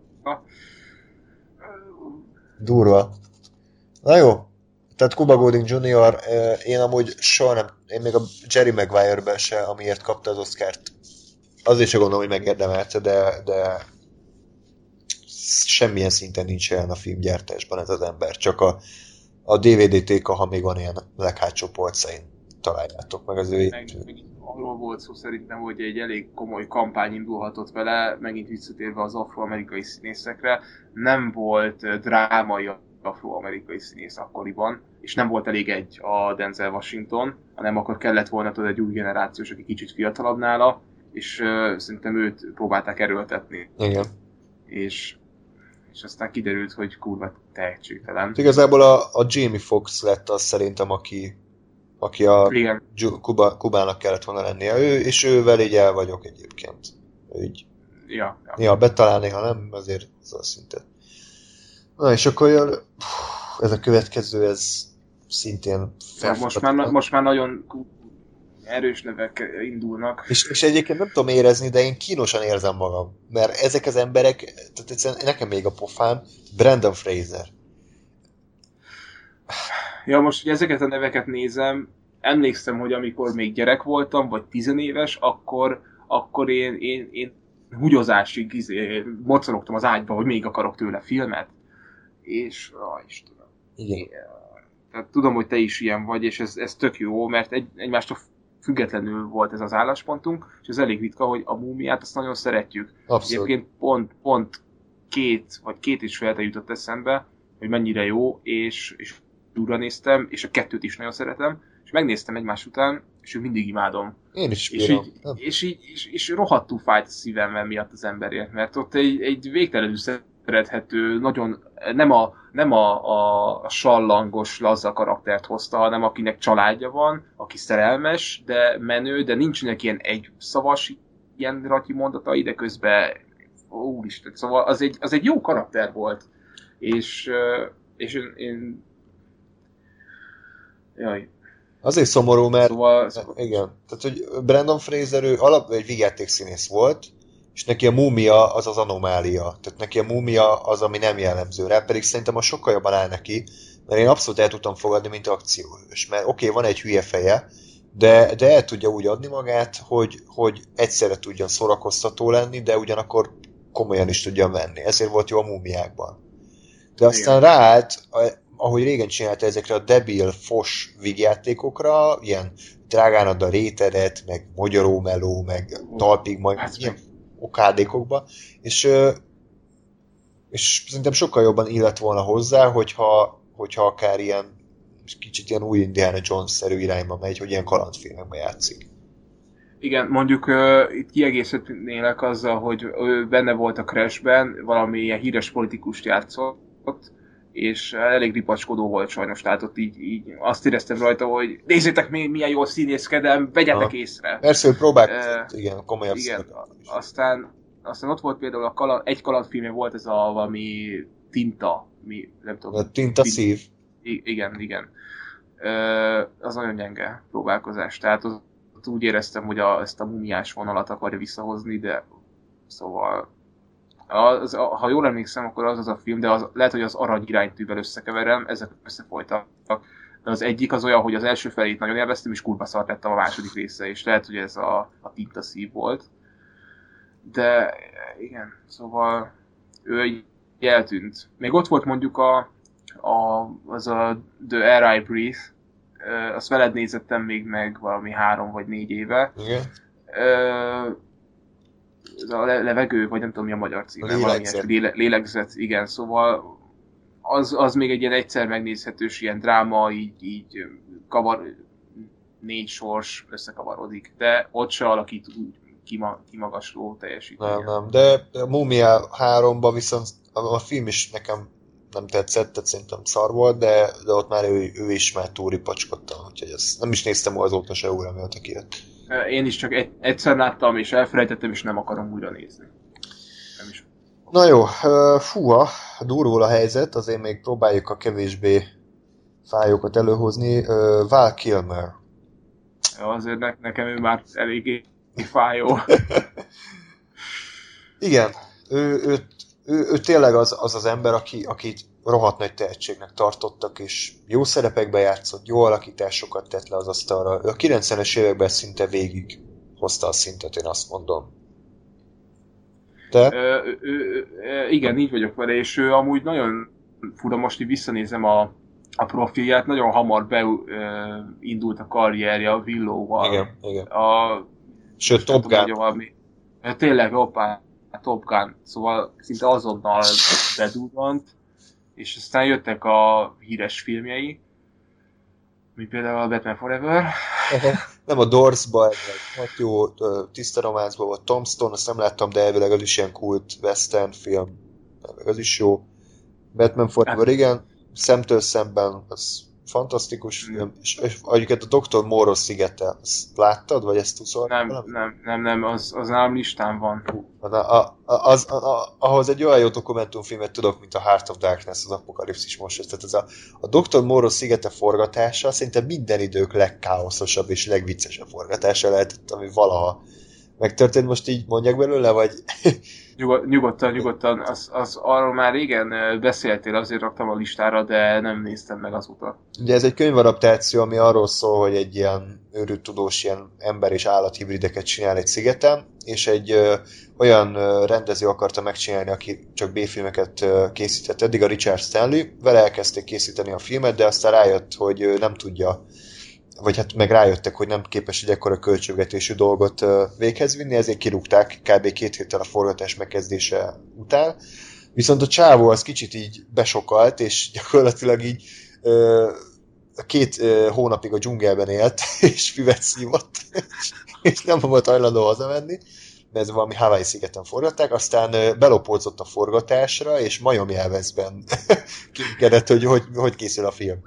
durva. Na jó, tehát Cuba Gooding junior, én amúgy soha nem, én még a Jerry Maguire-ben se, amiért kapta az Oscart, azért sem gondolom, hogy megérdemelte, de, de semmilyen szinten nincs jelen a filmgyártásban ez az ember, csak a, a dé vé dé téka, ha még van ilyen leghátsó polcain, találjátok meg az ő. Meg, meg arról volt szó szerintem, hogy egy elég komoly kampány indulhatott vele, megint visszatérve az afroamerikai színészekre, nem volt drámai afroamerikai színész akkoriban, és nem volt elég egy a Denzel Washington, hanem akkor kellett volna tudod egy új generációs, aki kicsit fiatalabb nála, és uh, szerintem őt próbálták erőltetni. Igen. És, és aztán kiderült, hogy kurva tehetségtelen. Igazából a, a Jamie Foxx lett az szerintem, aki, aki a Igen. Kuba, Kubának kellett volna lennie. Ő, és ővel így el vagyok egyébként. Ő így Ja, ja. néha betalálni, ha nem, azért az a szintet. Na és akkor jön, ez a következő, ez szintén Ja, most, már, most már nagyon erős nevek indulnak. És, és egyébként nem tudom érezni, de én kínosan érzem magam. Mert ezek az emberek, tehát egyszerűen nekem még a pofám, Brendan Fraser. Ja, most, hogy ezeket a neveket nézem, emlékszem, hogy amikor még gyerek voltam, vagy tizenéves, akkor, akkor én, én, én húgyozásig izé, mocorogtam az ágyba, hogy még akarok tőle filmet. És, ah, Istenem. Igen. Tehát tudom, hogy te is ilyen vagy, és ez, ez tök jó, mert egy, egymástól függetlenül volt ez az álláspontunk, és ez elég ritka, hogy a Múmiát azt nagyon szeretjük. Abszolút. Egyébként pont, pont két, vagy két és félte jutott eszembe, hogy mennyire jó, és, és újra néztem, és a kettőt is nagyon szeretem, és megnéztem egymás után, és ő mindig imádom. Én is És bírom. így, és, így és, és rohadtul fájt a szívem miatt az emberért, mert ott egy, egy végtelenül szerethető, nagyon, nem a, nem a, a, a sallangos, lazza karaktert hozta, hanem akinek családja van, aki szerelmes, de menő, de nincsenek ilyen egyszavas ilyen ratyi mondatai, de közben úristen, szóval az egy, az egy jó karakter volt. És, és én, én jaj. Azért szomorú, mert Szóval, szóval... igen, tehát hogy Brandon Fraser ő alap egy vígjátékszínész volt, és neki a múmia az az anomália. Tehát neki a múmia az, ami nem jellemző rá, pedig szerintem a sokkal jobban áll neki, mert én abszolút el tudtam fogadni, mint akcióhős. Mert oké, okay, van egy hülye feje, de, de el tudja úgy adni magát, hogy, hogy egyszerre tudjon szórakoztató lenni, de ugyanakkor komolyan is tudja menni. Ezért volt jó a múmiákban. De aztán igen, ráállt, ahogy régen csinálta ezekre a debil, fos vígjátékokra, ilyen drágán ad a rétedet, meg magyaró meló, meg talpig majd hát ilyen okádékokba, és, és szerintem sokkal jobban illet volna hozzá, hogyha, hogyha akár ilyen kicsit ilyen új Indiana Jones-szerű irányba megy, hogy ilyen kalandfilmekben játszik. Igen, mondjuk uh, itt kiegészítnélek azzal, hogy ő benne volt a Crashben, valami ilyen híres politikust játszott, és elég ripacskodó volt sajnos, tehát ott így, így azt éreztem rajta, hogy nézzétek milyen jól színészkedem, vegyetek ha. észre. Persze, hogy próbálkozott, uh, igen, komolyabb igen, aztán, aztán ott volt például a kaland, egy kalandfilmje volt ez a valami Tinta, mi, nem tudom. A Tinta Szív. Igen, igen. az nagyon gyenge próbálkozás. Tehát az, az úgy éreztem, hogy a, ezt a mumiás vonalat akarja visszahozni, de szóval az, a, ha jól emlékszem, akkor az az a film, de az, lehet, hogy az Arany iránytűvel összekeverem, ezek összefolytak. De az egyik az olyan, hogy az első felét nagyon élveztem, és kurva szart lettem a második része, és lehet, hogy ez a, a tinta szív volt. De igen, szóval ő így eltűnt. Még ott volt mondjuk a, a, az a The Air I Breathe, azt veled nézettem még meg valami három vagy négy éve. Igen. A levegő, vagy nem tudom mi a magyar címe. A lélegzet. Léle, lélegzet, igen, szóval az, az még egy ilyen egyszer megnézhetős ilyen dráma, így, így kavar, négy sors összekavarodik, de ott se alakít úgy kima, kimagasló teljesítmény. Nem, nem, de a Mumia háromban viszont a, a film is nekem nem tetszett, tehát szerintem szar volt, de, de ott már ő, ő is már túripacskodtam, úgyhogy ezt nem is néztem azóta se újra, mióta kijött. Én is csak egy, egyszer láttam, és elfelejtettem, és nem akarom újra nézni. Nem is. Na jó, fúha, durvul a helyzet, azért még próbáljuk a kevésbé fájókat előhozni. Val Kilmer. Ja, azért ne, nekem ő már eléggé fájó. Igen, ő, ő, ő, ő tényleg az, az az ember, aki, akit rohadt nagy tehetségnek tartottak, és jó szerepekbe játszott, jó alakításokat tett le az asztalra. Ő a kilencvenes években szinte végig hozta a szintet, én azt mondom. Te? Ö, ö, ö, igen, így vagyok vele, és ő amúgy nagyon fura, most így visszanézem a, a profilját, nagyon hamar beindult a karrierje a Willowval. Igen, igen. A, Sőt, Top Gun. Valami, tényleg, hoppá, Top Gun, szóval szinte azonnal bedurrant, és aztán jöttek a híres filmjei, mint például a Batman Forever. Nem a Doors-ba, egy jó tiszta románcban volt Tombstone, azt nem láttam, de elvileg az is ilyen kult western film, az is jó. Batman Forever, igen, szemtől szemben, az fantasztikus film, és, és egyébként a doktor Moreau szigete, azt láttad, vagy ezt tuszol? Nem, nem, nem, nem, az, az nálam listán van. A, a, az, a, a, ahhoz egy olyan jó dokumentumfilmet tudok, mint a Heart of Darkness, az Apokalipszis most. Tehát ez a, a doktor Moreau szigete forgatása szerintem minden idők legkáoszosabb és legviccesebb forgatása lehetett, ami valaha megtörtént. Most így mondják belőle, vagy... Nyugod, nyugodtan, nyugodtan. Az, az, arról már régen beszéltél, azért raktam a listára, de nem néztem meg azóta. Ugye ez egy könyvadaptáció, ami arról szól, hogy egy ilyen őrült tudós ilyen ember és állathibrideket csinál egy szigeten, és egy ö, olyan ö, rendező akarta megcsinálni, aki csak B-filmeket ö, készített eddig, a Richard Stanley. Vele elkezdték készíteni a filmet, de aztán rájött, hogy ö, nem tudja, vagy hát meg rájöttek, hogy nem képes egy ekkora költségvetésű dolgot ö, véghez vinni, ezért kirúgták kb. Két héttel a forgatás megkezdése után. Viszont a csávó az kicsit így besokalt, és gyakorlatilag így ö, két ö, hónapig a dzsungelben élt, és füvet szívott, és nem volt hajlandó hazamenni, mert ez valami Hawaii szigeten forgatták, aztán ö, belopódzott a forgatásra, és majom nyelvezben kikedett, hogy, hogy hogy készül a film.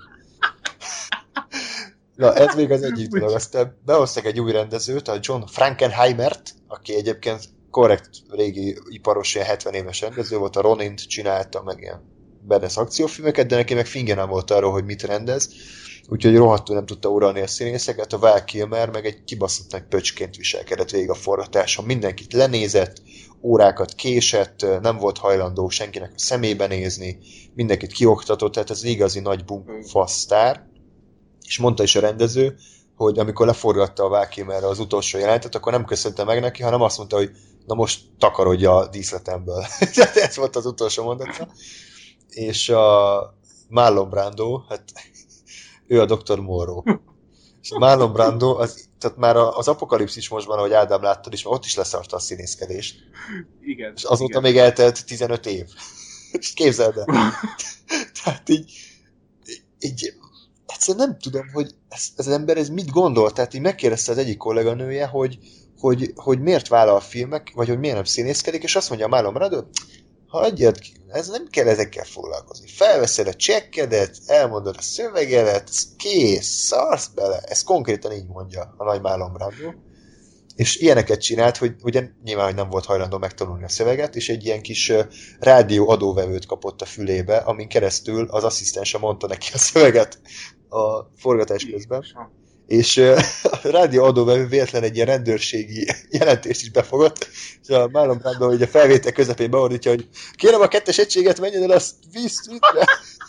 Na, ez még az egyik dolog. Aztán behoztak egy új rendezőt, a John Frankenheimert, aki egyébként korrekt régi iparos, ilyen hetven éves rendező volt, a Ronint csinálta, meg ilyen badass akciófilmeket, de neki meg finge nem volt arról, hogy mit rendez, úgyhogy rohadtul nem tudta uralni a színészeket, a Val Kilmer meg egy kibaszott nagy pöcsként viselkedett végig a forgatáson, mindenkit lenézett, órákat késett, nem volt hajlandó senkinek a szemébe nézni, mindenkit kioktatott, tehát ez igazi nagy bumfasztár, és mondta is a rendező, hogy amikor leforgatta a Val Kilmerre az utolsó jelentet, akkor nem köszönte meg neki, hanem azt mondta, hogy na most takarodj a díszletemből. Ez volt az utolsó mondata. És a Marlon Brando, hát ő a doktor Moreau. És a Marlon Brando, az, tehát már az Apokalipszis most van, ahogy Ádám láttad is, mert ott is leszarta a színészkedést. Igen. És azóta igen. még eltelt tizenöt év. És képzeld el. Tehát így, így egyszerűen nem tudom, hogy ez, ez az ember ez mit gondol. Tehát így megkérdezte az egyik kolléganője, hogy, hogy, hogy miért vállal filmek, vagy hogy miért nem színészkedik, és azt mondja a Marlon Brando, hagyjad ki, ez nem kell ezekkel foglalkozni. Felveszed a csekkedet, elmondod a szövegedet, kész, szarsz bele. Ez konkrétan így mondja a nagy Marlon Brando. És ilyeneket csinált, hogy ugye nyilván, hogy nem volt hajlandó megtanulni a szöveget, és egy ilyen kis uh, rádió adóvevőt kapott a fülébe, amin keresztül az asszisztense mondta neki a szöveget. a forgatás közben, és a rádió adóvevő véletlen egy ilyen rendőrségi jelentést is befogott, és a Marlon Brando, hogy a felvétel közepén beordítja, hogy kérem a kettes egységet, menjen el, azt víz Twitterre.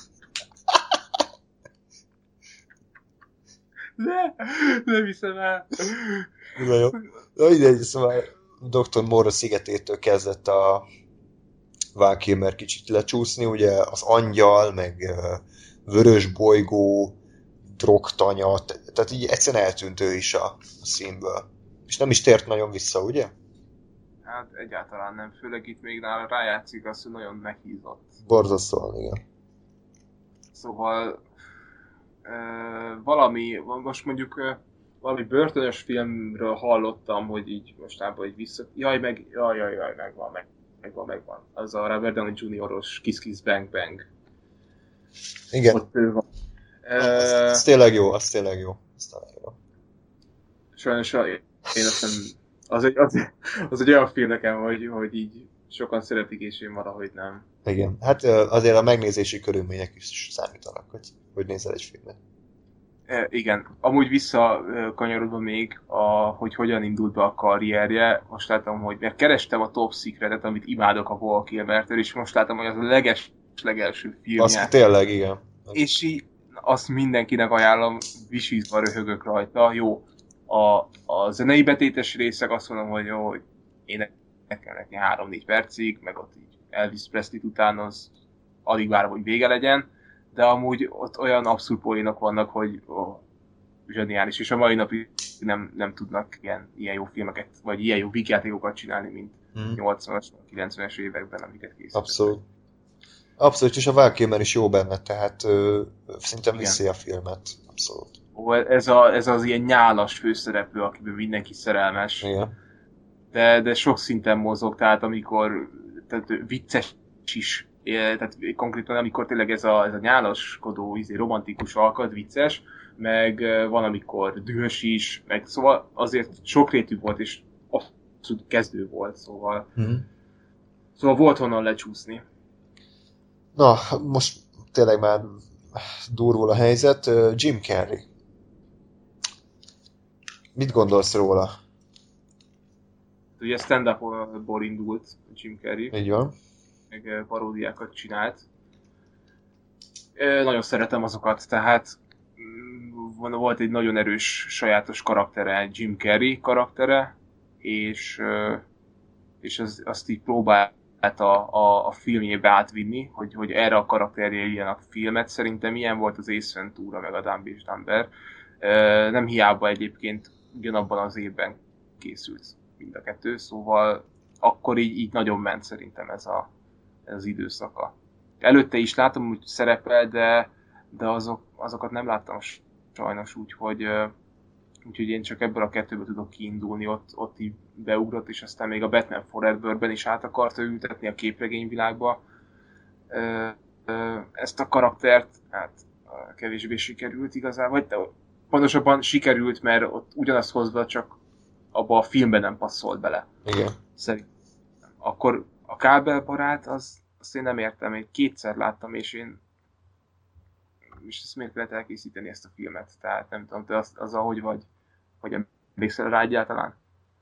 Ne, nem hiszem el. Na jó. Na mindegy, szóval doktor Moreau szigetétől kezdett a Val Kilmer kicsit lecsúszni, ugye az angyal, meg vörös bolygó, drogtanya, tehát így egyszerűen eltűnt ő is a, a színből. És nem is tért nagyon vissza, ugye? Hát egyáltalán nem, főleg itt még nála rájátszik az, hogy nagyon meghízott. Borzasztóan, igen. Szóval e, valami, most mondjuk e, valami börtönös filmről hallottam, hogy így mostában így vissza... Jaj, meg, jaj, jaj, jaj, megvan, meg, megvan, megvan. Az a Robert Downey junior-os Kiss Kiss Bang Bang. Igen. Ott ő van. Az, az tényleg jó, az tényleg jó. Az tényleg jó. Sajnos én azt nem... Az egy, az, az egy olyan film nekem, hogy, hogy így sokan szeretik, és én valahogy nem. Igen. Hát azért a megnézési körülmények is számítanak, hogy, hogy nézel egy filmet. E, igen. Amúgy visszakanyarodva még, a, hogy hogyan indult be a karrierje, most látom, hogy mert kerestem a Top Secret-et, amit imádok a Val Kilmertől, és most látom, hogy az a leges, legelső filmje. Az tényleg, igen. És így azt mindenkinek ajánlom, visítva röhögök rajta. Jó, a, a zenei betétes részek azt mondom, hogy jó, hogy énekelnek három-négy percig, meg ott így Elvis Presley-t utánoz, alig várom, hogy vége legyen, de amúgy ott olyan abszurd poénok vannak, hogy ó, zseniális, és a mai napig nem, nem tudnak ilyen, ilyen jó filmeket, vagy ilyen jó vígjátékokat csinálni, mint mm. nyolcvanas, kilencvenes években, amiket készítettek. Abszolút. Abszolút, és a Val Kilmer is jó benne, tehát ö, szerintem viszi a filmet. Abszolút. Ó, ez, a, ez az ilyen nyálas főszereplő, akiben mindenki szerelmes. Igen. De, de sok szinten mozog, tehát amikor tehát vicces is, tehát konkrétan amikor tényleg ez a, ez a nyálaskodó, izé, romantikus alkat, vicces, meg van amikor dühös is, meg szóval azért sokrétű volt, és abszolút kezdő volt, szóval mm. szóval volt honnan lecsúszni. Na, most tényleg már durvul a helyzet. Jim Carrey. Mit gondolsz róla? Ugye stand-up-ból indult Jim Carrey. Így van. Meg paródiákat csinált. Nagyon szeretem azokat, tehát volt egy nagyon erős sajátos karaktere, Jim Carrey karaktere, és, és az, azt így próbálta a, a, a filmjébe átvinni, hogy, hogy erre a karakterje ilyen a filmet. Szerintem ilyen volt az Ace Ventura, meg a Dumb és Dumber. Nem hiába egyébként ugyanabban az évben készült mind a kettő, szóval akkor így, így nagyon ment szerintem ez, a, ez az időszaka. Előtte is látom, hogy szerepel, de, de azok, azokat nem láttam sajnos, úgyhogy, úgyhogy én csak ebből a kettőből tudok kiindulni, ott, ott így beugrott, és aztán még a Batman Foreverben is át akarta ültetni a képregényvilágba. Ezt a karaktert hát kevésbé sikerült igazából, de pontosabban sikerült, mert ott ugyanazt hozva, csak abba a filmben nem passzolt bele. Igen. Szerintem. Akkor a Kábelbarát, az, azt én nem értem, én kétszer láttam, és én és ezt miért kellett elkészíteni ezt a filmet? Tehát nem tudom, te az, az ahogy vagy, hogy emlékszel rá egyáltalán?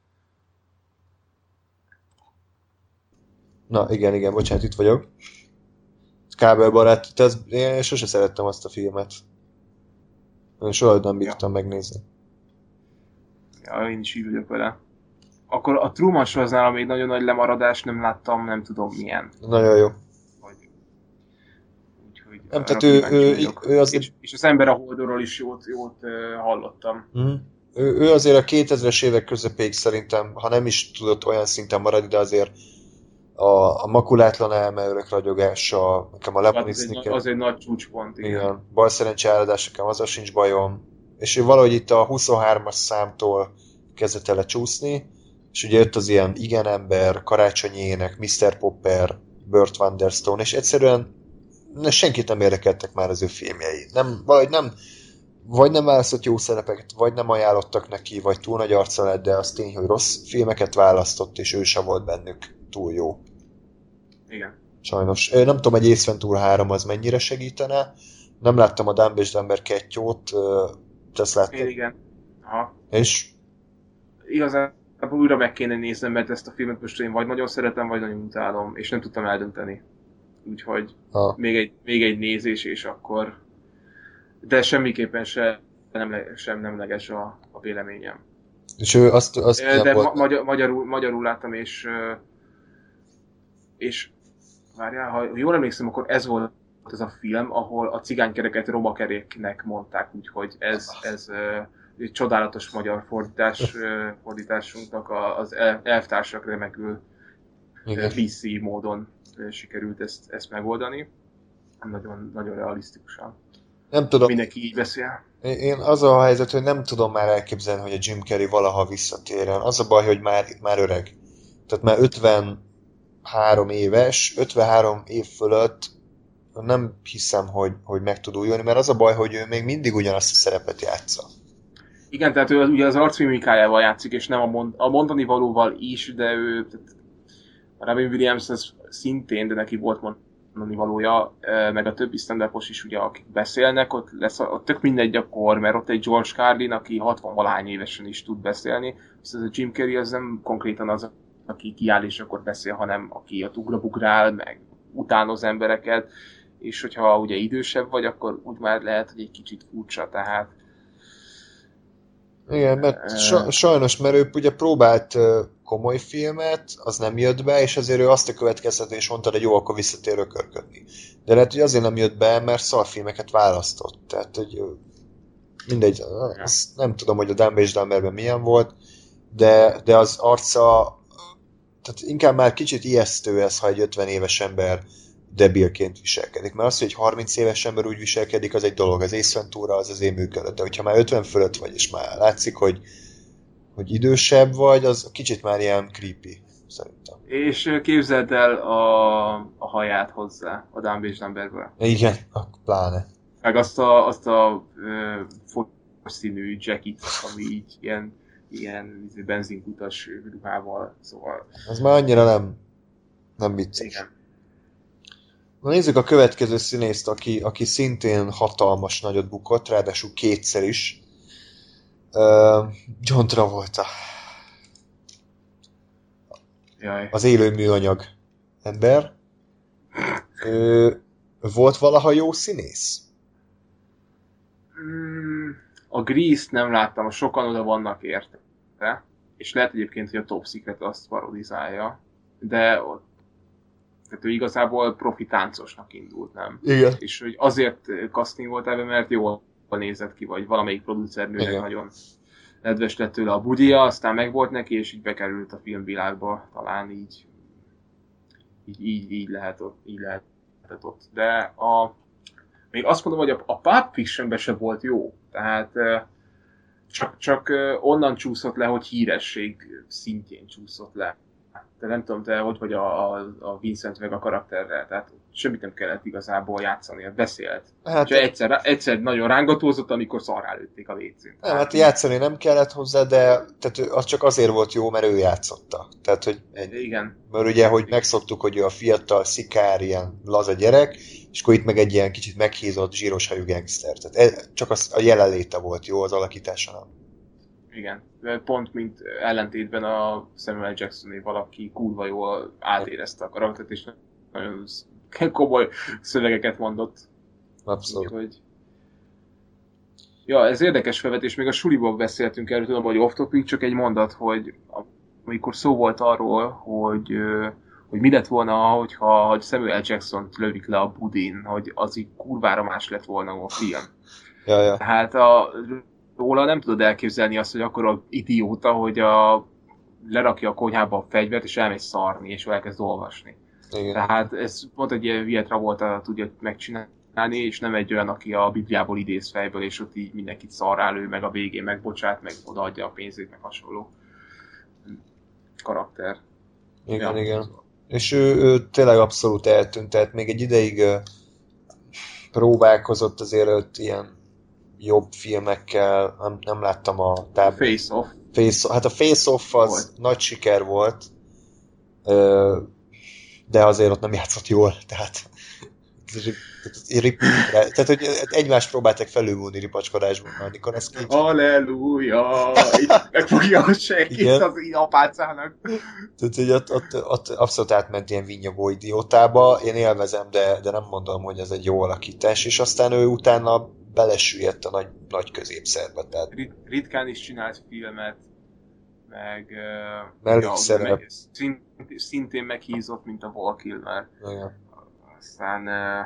Na igen, igen, bocsánat, itt vagyok. Kábelbarát, ez, én sose szerettem azt a filmet. Én soha nem bírtam ja. megnézni. Ja, én is így vagyok vele. Akkor a Truman Show az nálam még nagyon nagy lemaradás, nem láttam, nem tudom milyen. Nagyon jó. Hogy... Úgyhogy nem, tehát ő, ő, ő azért... És, és az Ember a Holdról is jót, jót uh, hallottam. Mm. Ő, ő azért a kétezres évek közepéig szerintem, ha nem is tudott olyan szinten maradni, de azért a, a makulátlan elme örök ragyogása, nekem a Lemoniszniket... Az, az egy nagy csúcspont, igen. igen. Bal szerencsé áldás, nekem azzal sincs bajom. És ő valahogy itt a huszonhármas számtól kezdett el lecsúszni, és ugye jött az ilyen Igen ember, Karácsonyi ének, miszter Popper, Burt Wonderstone, és egyszerűen ne, senkit nem érdekeltek már az ő filmjei. Nem, valahogy nem, vagy nem választott jó szerepeket, vagy nem ajánlottak neki, vagy túl nagy arca lett, de az tény, hogy rossz filmeket választott, és ő sem volt bennük túl jó. Igen. Sajnos. Nem tudom, egy Ace Ventura három az mennyire segítene, Nem láttam a Dumb és Dumber kettőt, te ezt láttad? Én igen. Aha. És? Igazából újra meg kéne néznem, mert ezt a filmet most én vagy nagyon szeretem, vagy nagyon utálom, és nem tudtam eldönteni. Úgyhogy Ha. még egy, még egy nézés, és akkor... De semmiképpen se, nem, sem nemleges a, a véleményem. És ő azt, azt De volt... ma- magyar, magyarul, magyarul láttam, és... És... Várjál, ha jól emlékszem, akkor ez volt az a film, ahol a cigánykereket romakeréknek mondták, úgyhogy ez, ez egy csodálatos magyar fordítás, fordításunknak az elvtársak remekül pé cé módon sikerült ezt, ezt megoldani. Nagyon, nagyon realisztikusan. Nem tudom. Mindenki így beszél. Én az a helyzet, hogy nem tudom már elképzelni, hogy a Jim Carrey valaha visszatérjen. Az a baj, hogy már, már öreg. Tehát már ötvenhárom éves, ötvenhárom év fölött nem hiszem, hogy, hogy meg tud újulni, mert az a baj, hogy ő még mindig ugyanazt a szerepet játsza. Igen, tehát ő ugye az arcmimikájával játszik, és nem a, mond, a mondani valóval is, de ő... A Robin Williams az szintén, de neki volt mondani valója, meg a többi stand-upos is, ugye, akik beszélnek, ott, lesz, ott tök mindegy a kor, mert ott egy George Carlin, aki hatvan-valahány évesen is tud beszélni, szóval a Jim Carrey az nem konkrétan az, aki kiáll és akkor beszél, hanem aki ott ugrabugrál, meg utánoz embereket, és hogyha ugye idősebb vagy, akkor úgy már lehet, hogy egy kicsit furcsa, tehát... Igen, mert sajnos, mert ő ugye próbált komoly filmet, az nem jött be, és azért ő azt a következtetés mondta, hogy jó, akkor visszatér ökörködni. De lehet, hogy azért nem jött be, mert szarfilmeket választott. Tehát, hogy mindegy, azt nem tudom, hogy a Dumb és Dumberben milyen volt, de, de az arca, tehát inkább már kicsit ijesztő ez, ha egy ötven éves ember debilként viselkedik. Mert az, hogy egy harminc éves ember úgy viselkedik, az egy dolog. Az Ace Ventura az azért működött. De hogyha már ötven fölött vagy, és már látszik, hogy, hogy idősebb vagy, az kicsit már ilyen creepy, szerintem. És képzeld el a, a haját hozzá, a Dumb és Dumberből. Igen, pláne. Meg azt a, azt a uh, színű jacket, ami így ilyen, ilyen benzinkutas ruhával, szóval... Az már annyira nem, nem vicces. Igen. Na nézzük a következő színészt, aki, aki szintén hatalmas nagyot bukott, ráadásul kétszer is. Uh, John Travolta. Jaj. Az élő műanyag ember. Ő, volt valaha jó színész? Mm, a Grease-t nem láttam, sokan oda vannak érte. És lehet egyébként, hogy a Top Secret azt parodizálja. De ott tehát ő igazából profi táncosnak indult, nem? Igen. És hogy azért casting volt ebben, mert jól nézett ki, vagy valamelyik producernőnek Igen. nagyon nedves lett tőle a budia, aztán megvolt neki, és így bekerült a filmvilágba, talán így így, így, így, lehet, ott, így lehetett ott. De a, még azt mondom, hogy a, a Pulp Fictionben sem volt jó, tehát csak, csak onnan csúszott le, hogy híresség szintjén csúszott le. De nem tudom, te hogy vagy a, a, a Vincent meg a karakterrel, tehát semmit nem kellett igazából játszani, beszélt. Hát, egyszer, egyszer nagyon rángatózott, amikor szarrá lőtték a vécén. Nem, hát játszani nem kellett hozzá, de tehát az csak azért volt jó, mert ő játszotta. Tehát, hogy egy, igen. Mert ugye, hogy megszoktuk, hogy ő a fiatal, szikár, ilyen laza gyerek, és akkor itt meg egy ilyen kicsit meghízott, zsíros hajú gangster. Tehát csak az, a jelenléte volt jó, az alakítása nem. Igen, pont mint ellentétben a Samuel Jackson-é valaki kurva jól átérezte a karaktert, és nagyon komoly szövegeket mondott. Abszolút. Úgyhogy... Ja, ez érdekes felvetés, még a suliból beszéltünk erről, tudom, hogy off-topic, csak egy mondat, hogy amikor szó volt arról, hogy, hogy mi lett volna, hogyha Samuel Jackson-t lövik le a budin, hogy az így kurvára más lett volna a film. Ja, ja. Tehát a róla nem tudod elképzelni azt, hogy akkor a idióta, hogy a, lerakja a konyhába a fegyvert, és elmegy szarni, és elkezd olvasni. Igen. Tehát ez pont egy ilyen Viet Travolta tudja megcsinálni, és nem egy olyan, aki a Bibliából idéz fejből, és ott így mindenkit szarrá lő, meg a végén megbocsát, meg odaadja a pénzét, meg hasonló karakter. Igen, ja. Igen. És ő, ő tényleg abszolút eltűnt, tehát még egy ideig uh, próbálkozott azért ott ilyen jobb filmekkel, nem, nem láttam a táb... Face Off. Face, hát a Face Off az volt. Nagy siker volt, de azért ott nem játszott jól, tehát repeat-re. Tehát, hogy egymást próbálták felülmúlni ripacskodásban a Nicolas Cage. Halleluja! Így megfogja a seggét az apácának. Tehát, hogy ott, ott, ott abszolút átment ilyen vinnyogó idiótába. Én élvezem, de, de nem mondom, hogy ez egy jó alakítás. És aztán ő utána belesüllyedt a nagy, nagy középszerbe. Tehát... Rit- ritkán is csinált filmet, meg... Mellékszerep. Ja, szint, szintén meghízott, mint a Val Kilmer. Igen. Aztán...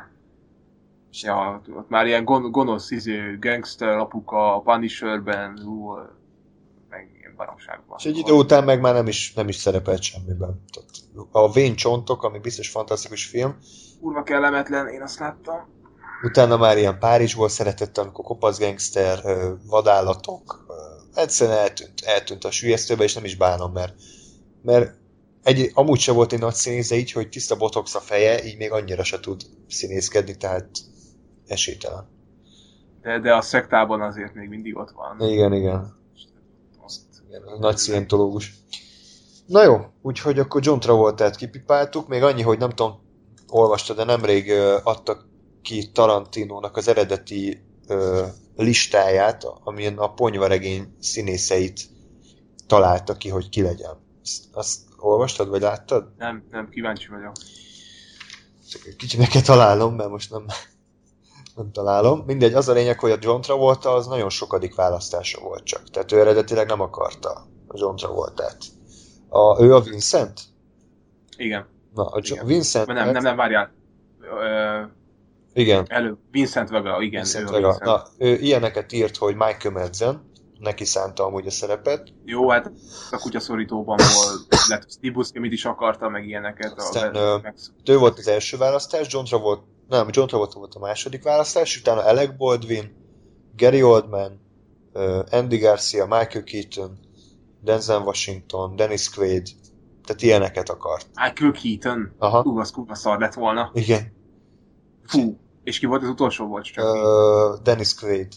Ja, ott már ilyen gon- gonosz izé, gangster apuka, a Punisherben, ú, meg ilyen baromságban. És egy idő után meg már nem is, nem is szerepelt semmiben. Tehát a Vén csontok, ami biztos fantasztikus film. Kurva kellemetlen, én azt láttam. Utána már ilyen Párizsból szeretett, amikor kopasz gangster, vadállatok. Egyszerűen eltűnt, eltűnt a süllyesztőbe, és nem is bánom, mert, mert egy, amúgy se volt egy nagy színésze így, hogy tiszta botox a feje, így még annyira se tud színészkedni, tehát esélytelen. De, de a szektában azért még mindig ott van. Igen, igen. Azt, igen nagy szientológus. Na jó, úgyhogy akkor John Travoltát kipipáltuk, még annyi, hogy nem tudom, olvastad, de nemrég uh, adtak ki Tarantinónak az eredeti uh, listáját, amilyen a ponyvaregény színészeit találta ki, hogy ki legyen. Azt, azt olvastad, vagy láttad? Nem, nem, kíváncsi vagyok. Csak kicsit meg kell találnom, mert most nem, nem találom. Mindegy, az a lényeg, hogy a John Travolta az nagyon sokadik választása volt csak. Tehát ő eredetileg nem akarta a John Travoltát. A, ő a Vincent? Igen. Na, a igen. Vincent... Nem, nem, nem, várjál. Ö, igen. Elő, Vincent Vega, igen. Vincent ő Vega. Vincent. Na, ő ilyeneket írt, hogy Michael Madsen, neki szánta amúgy a szerepet. Jó, hát a kutyaszorítóban volt, lett Steve Buscemi is akarta, meg ilyeneket. Aztán a, ö, ő volt az első választás, John Travolta, nem, John Travolta volt a második választás, utána Alec Baldwin, Gary Oldman, uh, Andy Garcia, Michael Keaton, Denzel Washington, Dennis Quaid, tehát ilyeneket akart. Michael Keaton? Aha. Ú, az kurva szar lett volna. Igen. Fú. És ki volt az utolsó volt? Csak uh, Dennis Quaid.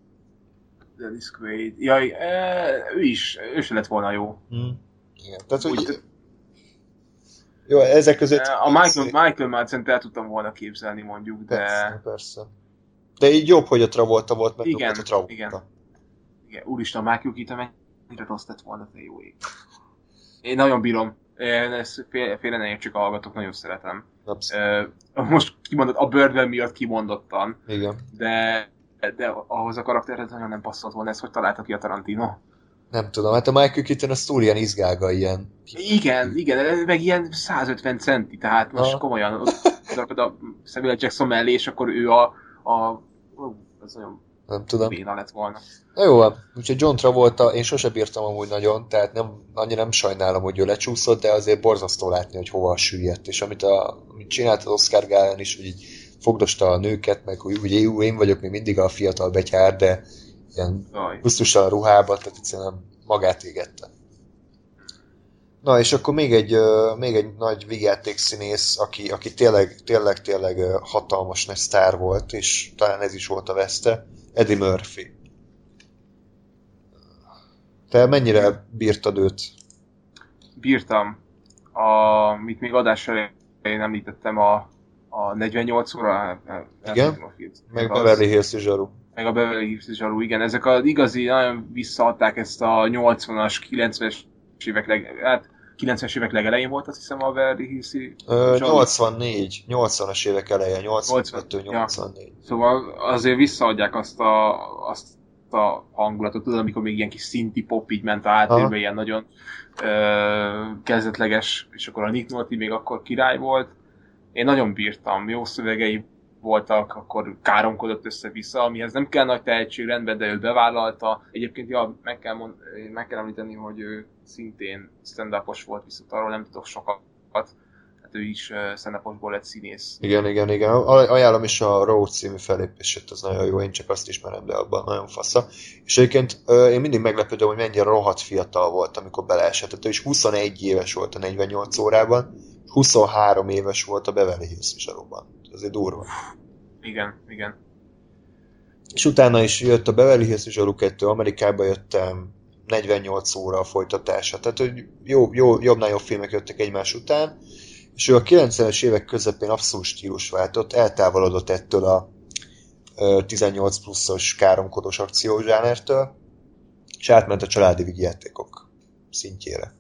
Dennis Quaid. Jaj, e, ő is, ő se lett volna jó. Hmm. Igen. Tehát, hogy... Úgy, Jó, ezek között... a Michael, Michael Madsen-t el tudtam volna képzelni mondjuk, de... Persze, persze. De így jobb, hogy a Travolta volt, mert igen, jobb volt a Travolta. Igen. Igen, úristen, Michael Keaton mennyire rossz lett volna, te jó ég. Én nagyon bírom. Én ezt fél, félre ne értsük, a hallgatók, nagyon szeretem. Abszolút. Most kimondott, a Birdman miatt kimondottan. Igen. De, de ahhoz a karakterhez nagyon nem passzolt volna ez, hogy találta ki a Tarantino. Nem tudom, hát a Michael Keaton az túl ilyen izgága, ilyen... Igen, igen, meg ilyen százötven centi, tehát most ha. Komolyan ott a Samuel Jackson mellé, és akkor ő a... a az nagyon nem tudom. béna lett volna. Na jó, úgyhogy John Travolta, én sose bírtam amúgy nagyon, tehát nem, annyira nem sajnálom, hogy ő lecsúszott, de azért borzasztó látni, hogy hova süllyedt, és amit, a, amit csinált az Oscar gálán is, hogy így fogdosta a nőket, meg hogy ugye én vagyok még mindig a fiatal betyár, de ilyen gusztustalan ruhába, tehát egyszerűen magát égette. Na, és akkor még egy, még egy nagy vígjátékszínész, aki, aki tényleg, tényleg, tényleg hatalmas nagy sztár volt, és talán ez is volt a veszte, Eddie Murphy. Te mennyire bírtad őt? Bírtam. A, mit még adás elején említettem, a, a negyvennyolc óra. Igen? Meg a Beverly Hills zsaru. Meg a Beverly Hills zsaru, igen. Ezek az igazi, nagyon visszaadták ezt a nyolcvanas, kilencvenes évek leg... Hát, kilencvenes évek legelején volt, azt hiszem, a Beverly Hills nyolcvannégy, nyolcvanas évek eleje, nyolcvankettő nyolcvannégy. Ja. Szóval azért visszaadják azt a, azt a hangulatot, tudod, amikor még ilyen kis szinti pop így ment a háttérbe, ilyen nagyon ö, kezdetleges, és akkor a Nick Nolte még akkor király volt. Én nagyon bírtam, jó szövegei voltak, akkor káromkodott össze-vissza, amihez nem kell nagy tehetség, rendben, de ő bevállalta. Egyébként ja, meg, kell mond, meg kell említeni, hogy ő szintén stand-upos volt, viszont arról nem tudok sokat. Hát ő is stand-uposból lett színész. Igen, igen, igen. Ajánlom is a Road című fellépését, az nagyon jó, én csak azt ismerem, de abban nagyon fasza. És egyébként én mindig meglepődöm, hogy mennyire rohadt fiatal volt, amikor beleesett. Tehát ő is huszonegy éves volt a negyvennyolc órában, huszonhárom éves volt a Beverly Hills zsaruban. Ez egy durva. Igen, igen. És utána is jött a Beverly Hills zsaru kettő, Amerikába jöttem, negyvennyolc óra a folytatása. Tehát, hogy jó, jó, jobbnál jobb filmek jöttek egymás után, és ő a kilencvenes évek közepén abszolút stílus váltott, eltávolodott ettől a tizennyolc pluszos káromkodós akciózsánertől, és átment a családi vígjátékok szintjére.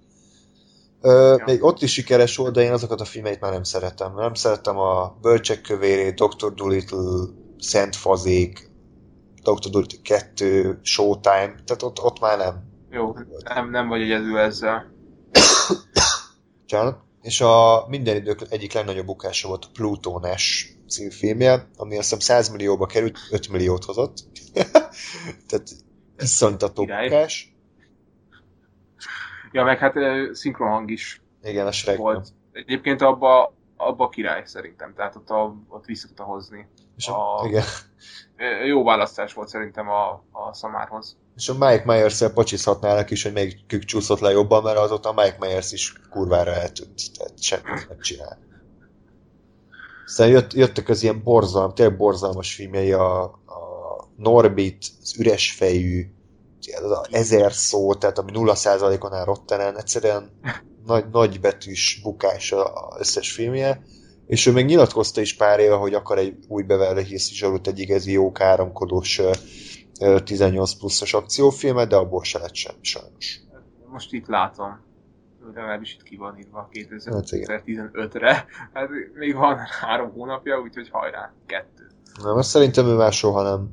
Ö, ja. Még ott is sikeres volt, de én azokat a filmeit már nem szeretem. Nem szeretem a Bölcsek kövérét, doktor Dolittle, Szent Fazék, doktor Dolittle kettő, Showtime, tehát ott, ott már nem. Jó, nem, nem vagy egyedül ezzel. Csánat. És a minden idők egyik legnagyobb bukása volt a Pluto Nash című filmje, ami azt hiszem száz millióba került, öt milliót hozott. Tehát iszonytató bukás. Ja, meg hát szinkronhang is. Igen, a Shrek volt. Egyébként abba, abba király szerintem, tehát ott, a, ott vissza tudta hozni. És a, a, igen. Jó választás volt szerintem a, a szamárhoz. És a Mike Myers-el pacsizhatnának is, hogy melyikük csúszott le jobban, mert azóta a Mike Myers is kurvára eltűnt, tehát semmit nem csinál. Aztán jött, jöttek az ilyen borzalmas, tényleg borzalmas filmjei, a, a Norbit, az üres fejű, az ezer szó, tehát ami nulla százalékon áll Rottenen, egyszerűen nagy, nagybetűs bukás az összes filmje, és ő még nyilatkozta is pár éve, hogy akar egy új Beverly Hills Zsarút, egy igazi jó káromkodós tizennyolc pluszos akciófilmet, de abból se lett sem, sajnos. Most itt látom, legalábbis itt ki van írva kétezer-tizenötre, hát még van három hónapja, úgyhogy hajrá, kettő. Nem, azt szerintem ő már soha nem.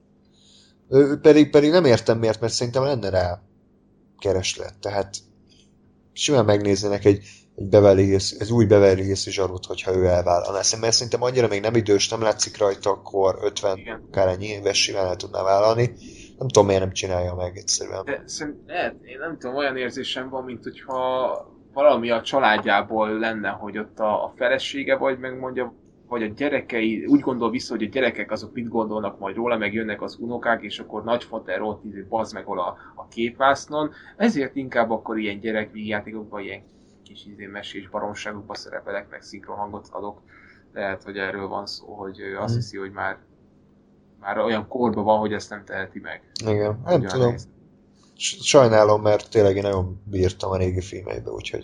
Ő pedig, pedig nem értem miért, mert szerintem lenne rá kereslet, tehát simán megnéznének egy, egy Beverly Hills, egy új Beverly Hills Zsarút, hogyha ő elvállalná. Mert szerintem annyira még nem idős, nem látszik rajta, akkor ötven, igen, akár ennyi éves simán el tudná vállalni. Nem tudom, miért nem csinálja meg egyszerűen. De szerintem, én nem tudom, olyan érzésem van, mint hogyha valami a családjából lenne, hogy ott a, a felesége vagy megmondja, vagy a gyerekei, úgy gondol vissza, hogy a gyerekek azok mit gondolnak majd róla, meg jönnek az unokák, és akkor nagyfater ott izé, bazd meg hol a, a képvásznon. Ezért inkább akkor ilyen gyerekvígjátékokban, ilyen kis izé, mesés baromságokban szerepelek, meg szinkronhangot adok. Lehet, hogy erről van szó, hogy azt hmm. hiszi, hogy már, már olyan korban van, hogy ezt nem teheti meg. Igen, nem tudom. Néz. Sajnálom, mert tényleg én nagyon bírtam a régi filmeibe, úgyhogy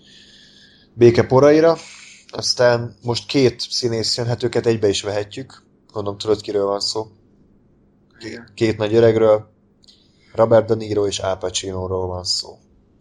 béke poraira. Aztán most két színész jön, hát őket egybe is vehetjük. Gondolom, tudod, kiről van szó. Két, két nagy öregről. Robert De Niro és Al Pacinoról van szó.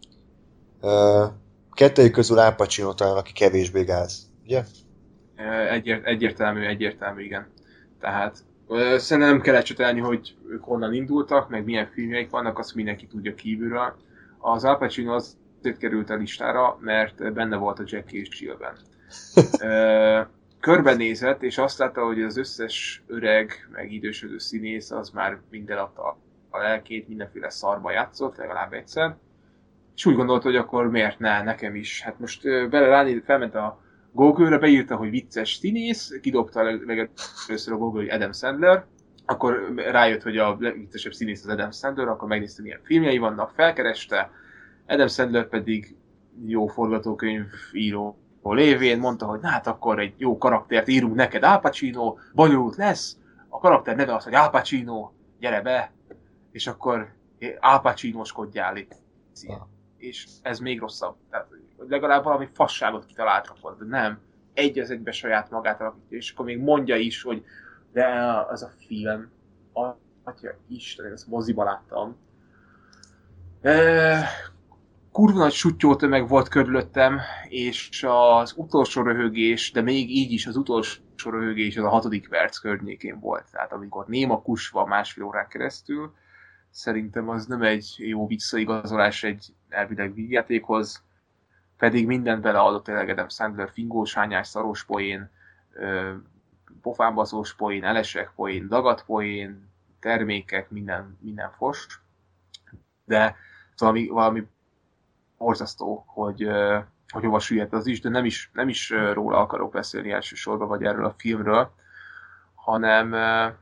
Kettőjük közül Al Pacino talán, aki kevésbé gáz, ugye? Egyért, egyértelmű, egyértelmű, igen. Tehát szerintem nem kell ecsetelni, hogy ők honnan indultak, meg milyen filmjeik vannak, azt mindenki tudja kívülről. Az Al Pacino azért került a listára, mert benne volt a Jackie és Jill-ben. Körbenézett, és azt látta, hogy az összes öreg, meg idősödő színész az már minden adta a lelkét, mindenféle szarba játszott, legalább egyszer. És úgy gondolta, hogy akkor miért ne, nekem is. Hát most bele ráni, felment a Google-re, beírta, hogy vicces színész, kidobta először a Google, hogy Adam Sandler, akkor rájött, hogy a legviccesebb színész az Adam Sandler, akkor megnézte, milyen filmjei vannak, felkereste, Adam Sandler pedig jó forgatókönyvíró lévén mondta, hogy na hát akkor egy jó karaktert írunk neked, Al Pacino, bonyolult lesz, a karakter neve az, hogy Al Pacino, gyere be, és akkor Al Pacino-skodjál itt. Ah. És ez még rosszabb. Tehát legalább valami fasságot kitaláltak volna, de nem. Egy az egybe saját magát alakítja, és akkor még mondja is, hogy de az a film, atya Isten, ezt moziba láttam. E, kurva nagy sutyó tömeg volt körülöttem, és az utolsó röhögés, de még így is az utolsó röhögés az a hatodik perc környékén volt. Tehát amikor néma kusva másfél órán keresztül, szerintem az nem egy jó visszaigazolás egy elvileg vígjátékhoz, pedig mindent beleadott tényleg Adam Sandler, fingós, hányás, szaros poén, pofánbaszós poén, elesek poén, dagat poén, termékek, minden, minden fos. De valami, valami borzasztó, hogy, hogy hova süllyedt az is, de nem is, nem is róla akarok beszélni elsősorban, vagy erről a filmről, hanem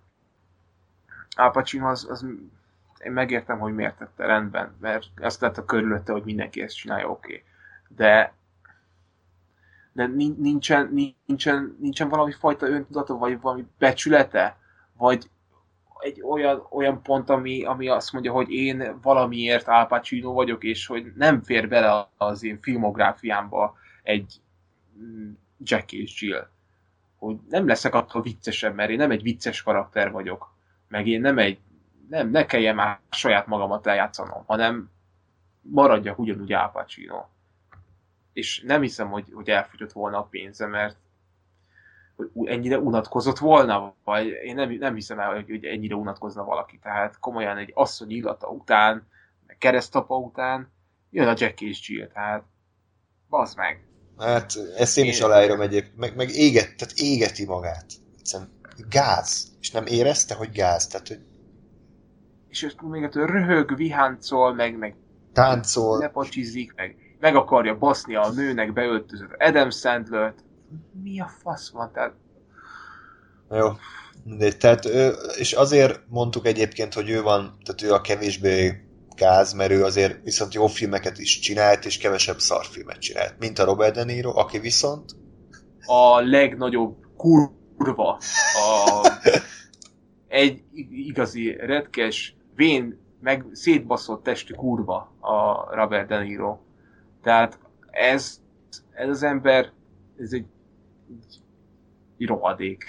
Al Pacino az, az én megértem, hogy miért tette rendben, mert azt lett a körülötte, hogy mindenki ezt csinálja, oké. Okay. De, de nincsen, nincsen, nincsen valami fajta öntudata, vagy valami becsülete, vagy egy olyan, olyan pont, ami, ami azt mondja, hogy én valamiért Al Pacino vagyok, és hogy nem fér bele az én filmográfiámba egy Jack és Jill. Hogy nem leszek attól viccesebb, mert én nem egy vicces karakter vagyok. Meg én nem egy, nem, ne kelljen már saját magamat eljátszanom, hanem maradjak ugyanúgy Al Pacino. És nem hiszem, hogy, hogy elfogyott volna a pénze, mert hogy ennyire unatkozott volna, vagy én nem, nem hiszem el, hogy, hogy ennyire unatkozna valaki. Tehát komolyan egy asszony illata után, meg keresztapa után jön a Jack és Jill, tehát bazd meg. Hát ezt én, én is aláírom egyébként, meg, meg éget, tehát égeti magát. Egyszerűen gáz. És nem érezte, hogy gáz. Tehát, hogy... És ezt még ettől röhög, viháncol, meg, meg táncol. Lepacsizik, meg meg akarja baszni a nőnek beöltözött Adam Sandlert. Mi a fasz van? Tehát... Jó, mindegy. Tehát, és azért mondtuk egyébként, hogy ő van, tehát ő a kevésbé gáz, mert ő azért viszont jó filmeket is csinált, és kevesebb szarfilmet csinált, mint a Robert De Niro, aki viszont... A legnagyobb kurva, a... egy igazi retkes, vén, meg szétbaszott testű kurva a Robert De Niro. Tehát ez, ez az ember, ez egy, egy, egy rohadék.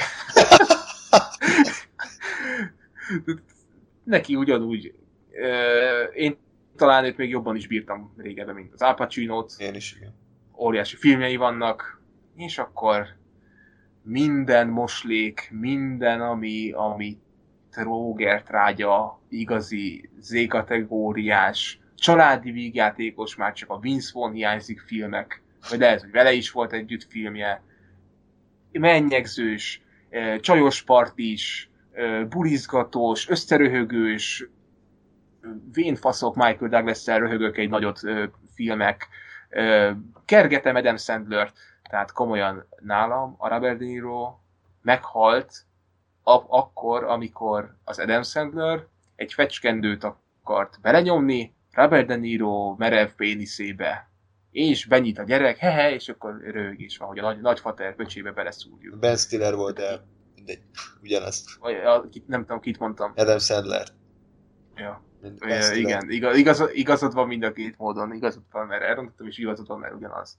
Neki ugyanúgy, én talán őt még jobban is bírtam régebben, mint az Al Pacinót. Én is, igen. Óriási filmjei vannak, és akkor minden moslék, minden, ami, ami Rógert rágya, igazi Z-kategóriás, családi vígjátékos, már csak a Vince Vaughn hiányzik filmek, vagy lehet, hogy vele is volt együtt filmje, mennyegzős, csajos partis, bulizgatós, összeröhögős, vénfaszok, Michael Douglas-szel röhögök egy nagyot filmek, kergetem Adam Sandlert, tehát komolyan nálam a Robert De Niro meghalt a- akkor, amikor az Adam Sandler egy fecskendőt akart belenyomni Robert De Niro merev péniszébe, és benyit a gyerek, hehe, és akkor röhögés van, hogy a nagy, nagyfater pöcsébe beleszúrjuk. Ben Stiller volt, de mindegy, ugyanezt. Vagy, a, nem tudom, kit mondtam. Adam Sandler. Ja. Ben Igen, igaz, igaz, igazad van mind a két módon, igazad van, mert elrontottam, és igazad van, mert ugyanaz.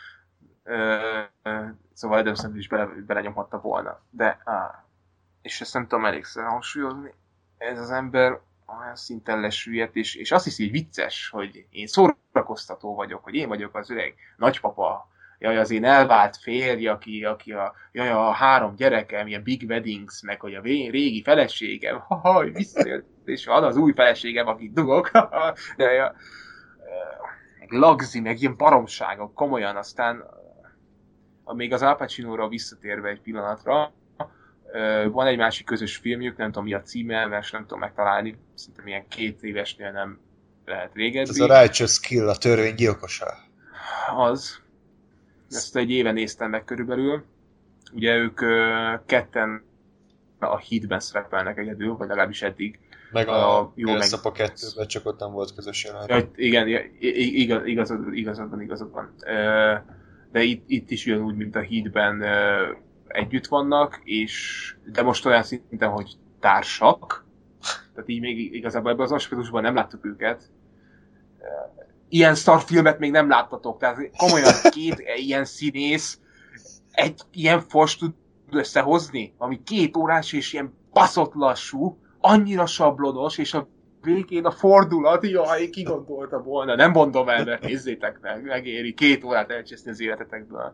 Szóval Adam Sandler is bele, belenyomhatta volna. De, áh, és ezt nem tudom elégszer hangsúlyozni, ez az ember olyan szinten lesüllyedt, és, és azt hiszi, hogy vicces, hogy én szórakoztató vagyok, hogy én vagyok az öreg nagypapa, jaj, az én elvált férj, aki, aki a, jaj, a három gyerekem, ilyen big weddings, meg hogy a régi feleségem, haha, visszajött, és van az új feleségem, akit dugok, de ja, meg lagzi, meg ilyen baromságok, komolyan, aztán még az Al Pacinóra visszatérve egy pillanatra, van egy másik közös filmjük, nem tudom mi a címe, mert nem tudom megtalálni, szerintem ilyen két évesnél nem lehet régebbi. Ez a Righteous Kill, a törvény gyilkosa. Az. Ezt egy éve néztem meg körülbelül. Ugye ők ketten a Heatben szerepelnek egyedül, vagy legalábbis eddig. Meg a, a Gerszapa kettőben, csak ott nem volt közös jelenet. Ja, igen, igaz, igazad, igazadban, igazadban. De itt, itt is ugyanúgy, mint a Heatben együtt vannak, és de most olyan szinten, hogy társak. Tehát így még igazából ebben az aspektusban nem láttuk őket. Ilyen szarfilmet még nem láttatok, tehát komolyan két ilyen színész egy ilyen fost tud összehozni, ami két órás és ilyen baszott lassú, annyira sablonos, és a végén a fordulat, jaj, ki gondolta volna, nem mondom el, mert nézzétek meg, megéri két órát elcseszni az életetekből.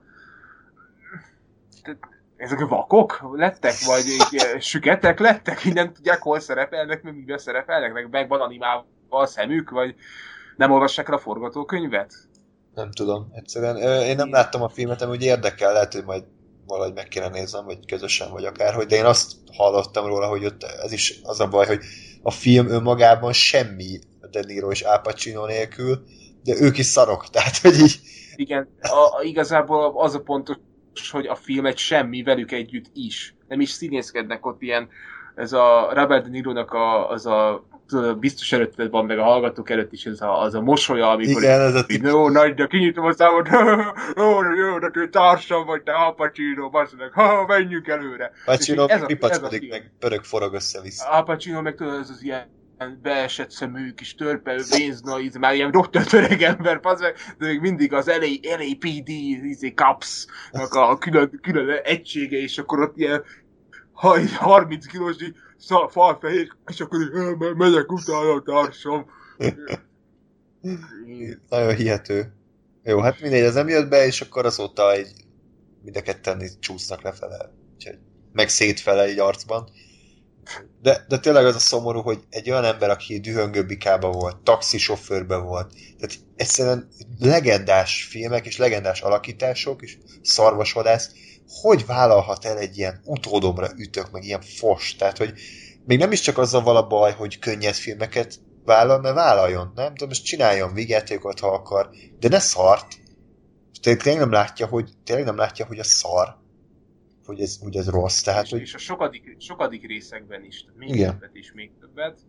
Ezek vakok lettek, vagy így süketek lettek, így nem tudják, hol szerepelnek, meg miben szerepelnek, meg meg van animálva a szemük, vagy nem olvassák el a forgatókönyvet? Nem tudom, egyszerűen. Én nem láttam a filmet, ami úgy érdekel, lehet, hogy majd valahogy meg kéne néznem, vagy közösen, vagy akárhogy, de én azt hallottam róla, hogy ott ez is az a baj, hogy a film önmagában semmi De Niro és Al Pacino nélkül, de ők is szarok, tehát, hogy így... Igen, a, a, igazából az a pontos, hogy a film egy semmi velük együtt is. Nem is színészkednek ott ilyen, ez a Robert De Nironak a, az a biztos előtted van, meg a hallgatók előtt is ez a, az a mosolya, amikor igen, ez a így, jó, nagy, de kinyitom a számot, jó, jó, de te társam vagy, te Al Pacino, basszanak, ha, menjünk előre. Pacino ripackodik, meg pörög forog össze-vissza. Al Pacino meg tudod, ez az ilyen beesett szemű kis törpe, bénzna, ez már ilyen rottört öreg ember, meg, de még mindig az el á pé dé, izé, Cops-nak a külön, külön egysége, és akkor ott ilyen harminc kilós falfehér, és akkor így, megyek utána a társam. Nagyon hihető. Jó, hát mindegy, ez nem jött be, és akkor azóta egy mind a ketten csúsznak lefele, úgyhogy meg szétfele egy arcban. De, de tényleg az a szomorú, hogy egy olyan ember, aki dühöngő bikába volt, taxisofőrbe volt, tehát egyszerűen legendás filmek és legendás alakítások és szarvasvadász, hogy vállalhat el egy ilyen utódomra ütök, meg ilyen fos, tehát hogy még nem is csak azzal van a baj, hogy könnyed filmeket vállal, mert vállaljon, nem? De most csináljon vígjátékokat, ha akar, de ne szart. Tényleg nem látja, hogy, tényleg nem látja, hogy a szar, hogy ez, hogy ez rossz. Tehát, és, hogy... és a sokadik, sokadik részekben is, még igen. többet és még többet.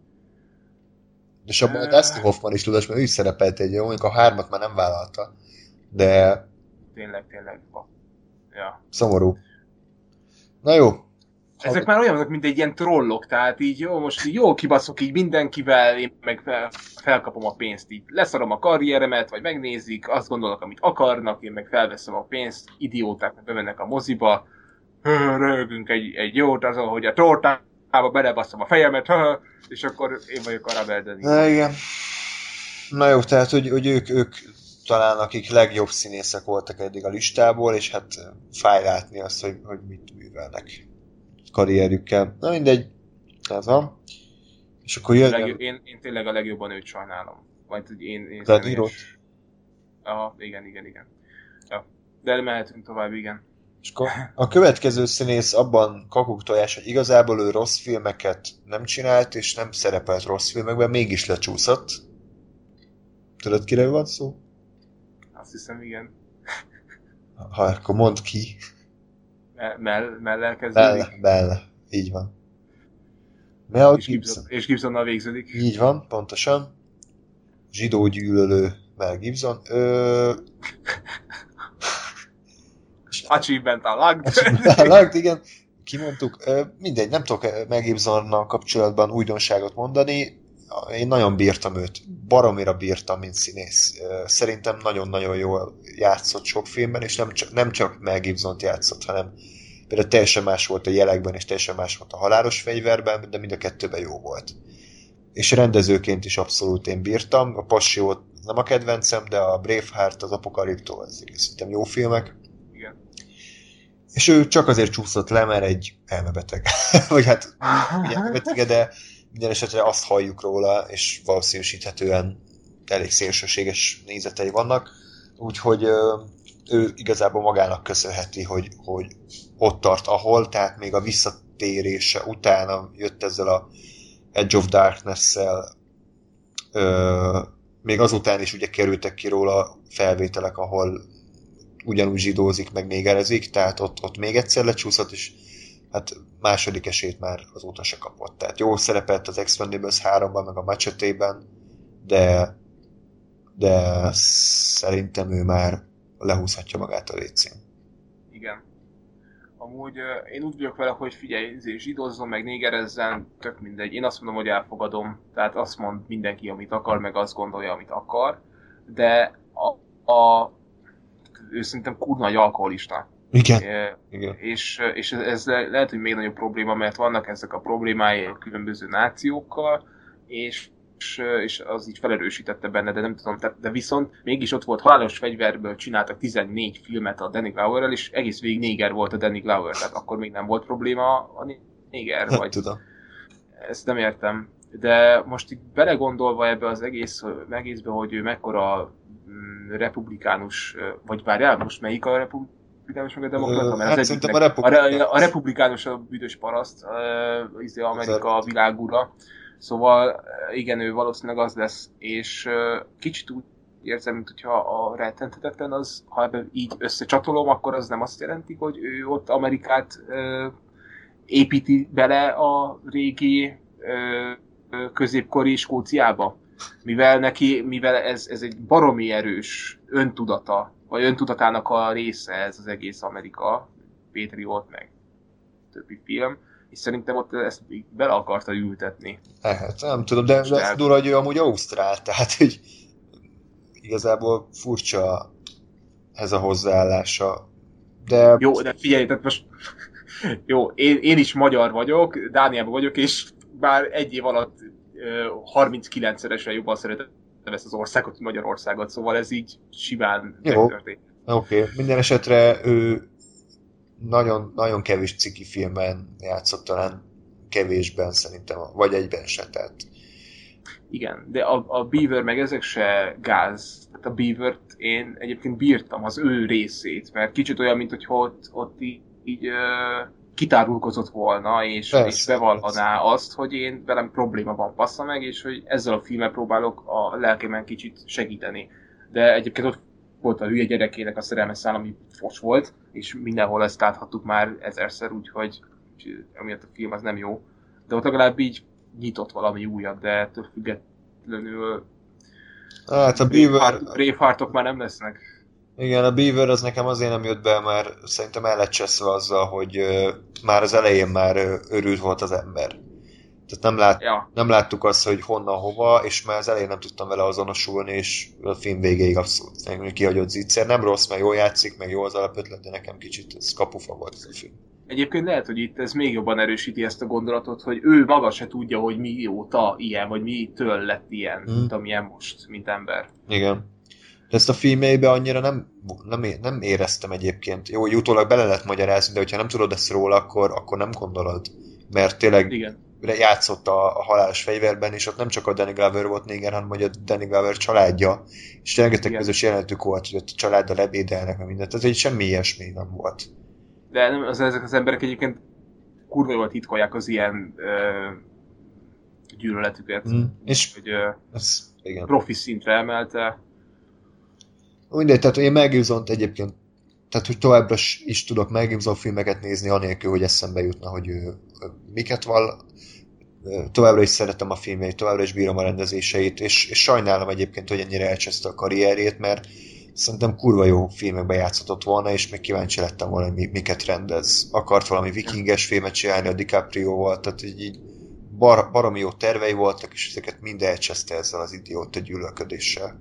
És abban a Dustin Hoffman is tudod, mert ő is szerepelt egy jó, mondjuk a hármat már nem vállalta, de... Tényleg, tényleg. Ja. Szomorú. Na jó. Ezek már olyanok, mint egy ilyen trollok, tehát így jó, most így jó kibaszok így mindenkivel, én meg fel, felkapom a pénzt, így leszarom a karrieremet, vagy megnézik, azt gondolok, amit akarnak, én meg felveszem a pénzt, idióták meg bemennek a moziba, röhögünk egy, egy jót azon, hogy a tortába belebasszom a fejemet, és akkor én vagyok a Robert De Niro. Na igen. Na jó, tehát, hogy, hogy ők, ők talán akik legjobb színészek voltak eddig a listából, és hát fáj látni azt, hogy, hogy mit művelnek karrierjükkel. Na mindegy, ez van. És akkor jön... Legjobb, én, én tényleg a legjobban őt sajnálom. Vagy hogy én... én De Niro? Aha, igen, igen, igen. Ja. De mehetünk tovább, igen. És a következő színész abban kakuktojás, hogy igazából ő rossz filmeket nem csinált, és nem szerepelt rossz filmekben, mégis lecsúszott. Tudod, kire van szó? Azt hiszem, igen. Ha, akkor mondd ki. Mell, mellel kezdődik. Mell, mell. Így van. Mel és Gibson. Gibson. És Gibsonnal végződik. Így van, pontosan. Zsidó gyűlölő Mel Gibson. Ö... Achievement unlocked. Achievement unlocked, igen. Kimondtuk. Ö, mindegy, nem tudok Mel Gibsonnal kapcsolatban újdonságot mondani. Én nagyon bírtam őt. Baromira bírtam, mint színész. Szerintem nagyon-nagyon jól játszott sok filmben, és nem csak, nem csak Mel Gibsont játszott, hanem például teljesen más volt a Jelekben, és teljesen más volt a Halálos fegyverben, de mind a kettőben jó volt. És rendezőként is abszolút én bírtam. A Passió nem a kedvencem, de a Braveheart, az Apokaliptó, ez szerintem jó filmek. Igen. És ő csak azért csúszott le, mert egy elmebeteg. Vagy hát elmebetege, de minden esetre azt halljuk róla, és valószínűsíthetően elég szélsőséges nézetei vannak, úgyhogy ő igazából magának köszönheti, hogy, hogy ott tart, ahol, tehát még a visszatérése utána jött ezzel a Edge of Darkness-szel, ö, még azután is ugye kerültek ki róla felvételek, ahol ugyanúgy zsidózik, meg négerezik, tehát ott, ott még egyszer lecsúszott, és hát második esélyt már azóta se kapott. Tehát jó szerepelt az Expendables háromban, meg a Machete-ben, de, de szerintem ő már lehúzhatja magát a létszín. Igen. Amúgy uh, én úgy vagyok vele, hogy figyelj, zsidózzon, meg négerezzen, tök mindegy. Én azt mondom, hogy elfogadom. Tehát azt mond mindenki, amit akar, meg azt gondolja, amit akar. De a, a ő szerintem kurva nagy alkoholista. Igen. E, Igen. És, és ez, ez lehet, hogy még nagyobb probléma, mert vannak ezek a problémái különböző nációkkal, és, és, és az így felerősítette benne, de nem tudom, de viszont mégis ott volt Halálos fegyverből csináltak tizennégy filmet a Danny Gloverrel, és egész végig néger volt a Danny Glover, tehát akkor még nem volt probléma a néger, vagy... Tudom. Ezt nem értem. De most így belegondolva ebbe az egész egészbe, hogy ő mekkora mm, republikánus, vagy várjál, most melyik a republikánus, meg a demokrata? Mert hát az szerintem egyiknek, a republikánus. A, a republikánus a büdös paraszt, uh, izé Amerika a világura. Szóval igen, ő valószínűleg az lesz, és uh, kicsit úgy érzem, mint hogyha a rettenthetetlen az, ha ebben így összecsatolom, akkor az nem azt jelenti, hogy ő ott Amerikát uh, építi bele a régi uh, középkori Skóciába. Mivel neki, mivel ez, ez egy baromi erős öntudata, vagy öntudatának a része ez az egész Amerika, Patriot, meg többi film. és szerintem ott ezt bele akarta ültetni. Hát, nem tudom, de, de Tehát- durva, hogy ő amúgy ausztrál, tehát hogy igazából furcsa ez a hozzáállása. De Jó, de figyelj, tehát most jó, én, én is magyar vagyok, Dániában vagyok, és bár egy év alatt ö, harminckilencszeresen jobban szeretem ezt az országot, mint Magyarországot, szóval ez így simán Jó. megtörtént. oké, okay. Minden esetre ő nagyon, nagyon kevés ciki filmben játszott, talán kevésben szerintem, vagy egyben se, tehát Igen, de a, a Beaver meg ezek se gáz. Tehát a Beavert én egyébként bírtam az ő részét, mert kicsit olyan, mint hogy ott, ott így, így ö, kitárulkozott volna, és, Persze, és bevallaná azt, hogy én velem probléma van, passza meg, és hogy ezzel a filmmel próbálok a lelkemen kicsit segíteni. De egyébként ott volt a hülye gyerekének a szerelmes szál, ami fos volt, és mindenhol ezt láthattuk már ezerszer, úgyhogy amiatt a film az nem jó. De ott legalább így nyitott valami újat, de ettől függetlenül hát a Beaver, Braveheart- Braveheartok már nem lesznek. igen, a Beaver az nekem azért nem jött be, mert szerintem el lett cseszve azzal, hogy ö, már az elején már ö, őrült volt az ember. Tehát nem, lát, Ja, nem láttuk azt, hogy honnan, hova, és már az elején nem tudtam vele azonosulni, és a film végéig abszolút nekem kihagyott zicser. Nem rossz, mert jól játszik, meg jó az alapötlet, de nekem kicsit ez kapufa volt ez a film. egyébként lehet, hogy itt ez még jobban erősíti ezt a gondolatot, hogy ő maga se tudja, hogy mióta ilyen, vagy mitől lett ilyen, Hmm. mint amilyen most, mint ember. Igen. De ezt a filmjeibe annyira nem, nem, é- nem éreztem egyébként. Jó, hogy utólag bele lehet magyarázni, de hogyha nem tudod ezt róla, akkor, akkor nem gondolod. Mert tényleg Igen. játszott a, a halálos fegyverben, és ott nem csak a Danny Glover volt néger, hanem hogy a Danny Glover családja, és rengeteg Igen. közös jelenetük volt, hogy ott a családdal ebédelnek, meg mindent. Ez egy semmi ilyesmi nem volt. De nem, az, ezek az emberek egyébként kurva jól titkolják az ilyen ö, gyűlöletüket, Mm. És hogy ö, ez, igen. profi szintre emelte. Mindegy, tehát én Mel Gibsont egyébként, tehát hogy továbbra is tudok Mel Gibson filmeket nézni, anélkül, hogy eszembe jutna, hogy ő, ő miket val. Továbbra is szeretem a filmjeit, továbbra is bírom a rendezéseit, és, és sajnálom egyébként, hogy ennyire elcseszte a karrierjét, mert szerintem kurva jó filmekben játszhatott volna, és még kíváncsi lettem volna, hogy mi, miket rendez. Akart valami vikinges filmet csinálni a DiCaprio-val, tehát így, így bar, baromi jó tervei voltak, és ezeket mind elcseszte ezzel az idióta gyűlölködéssel.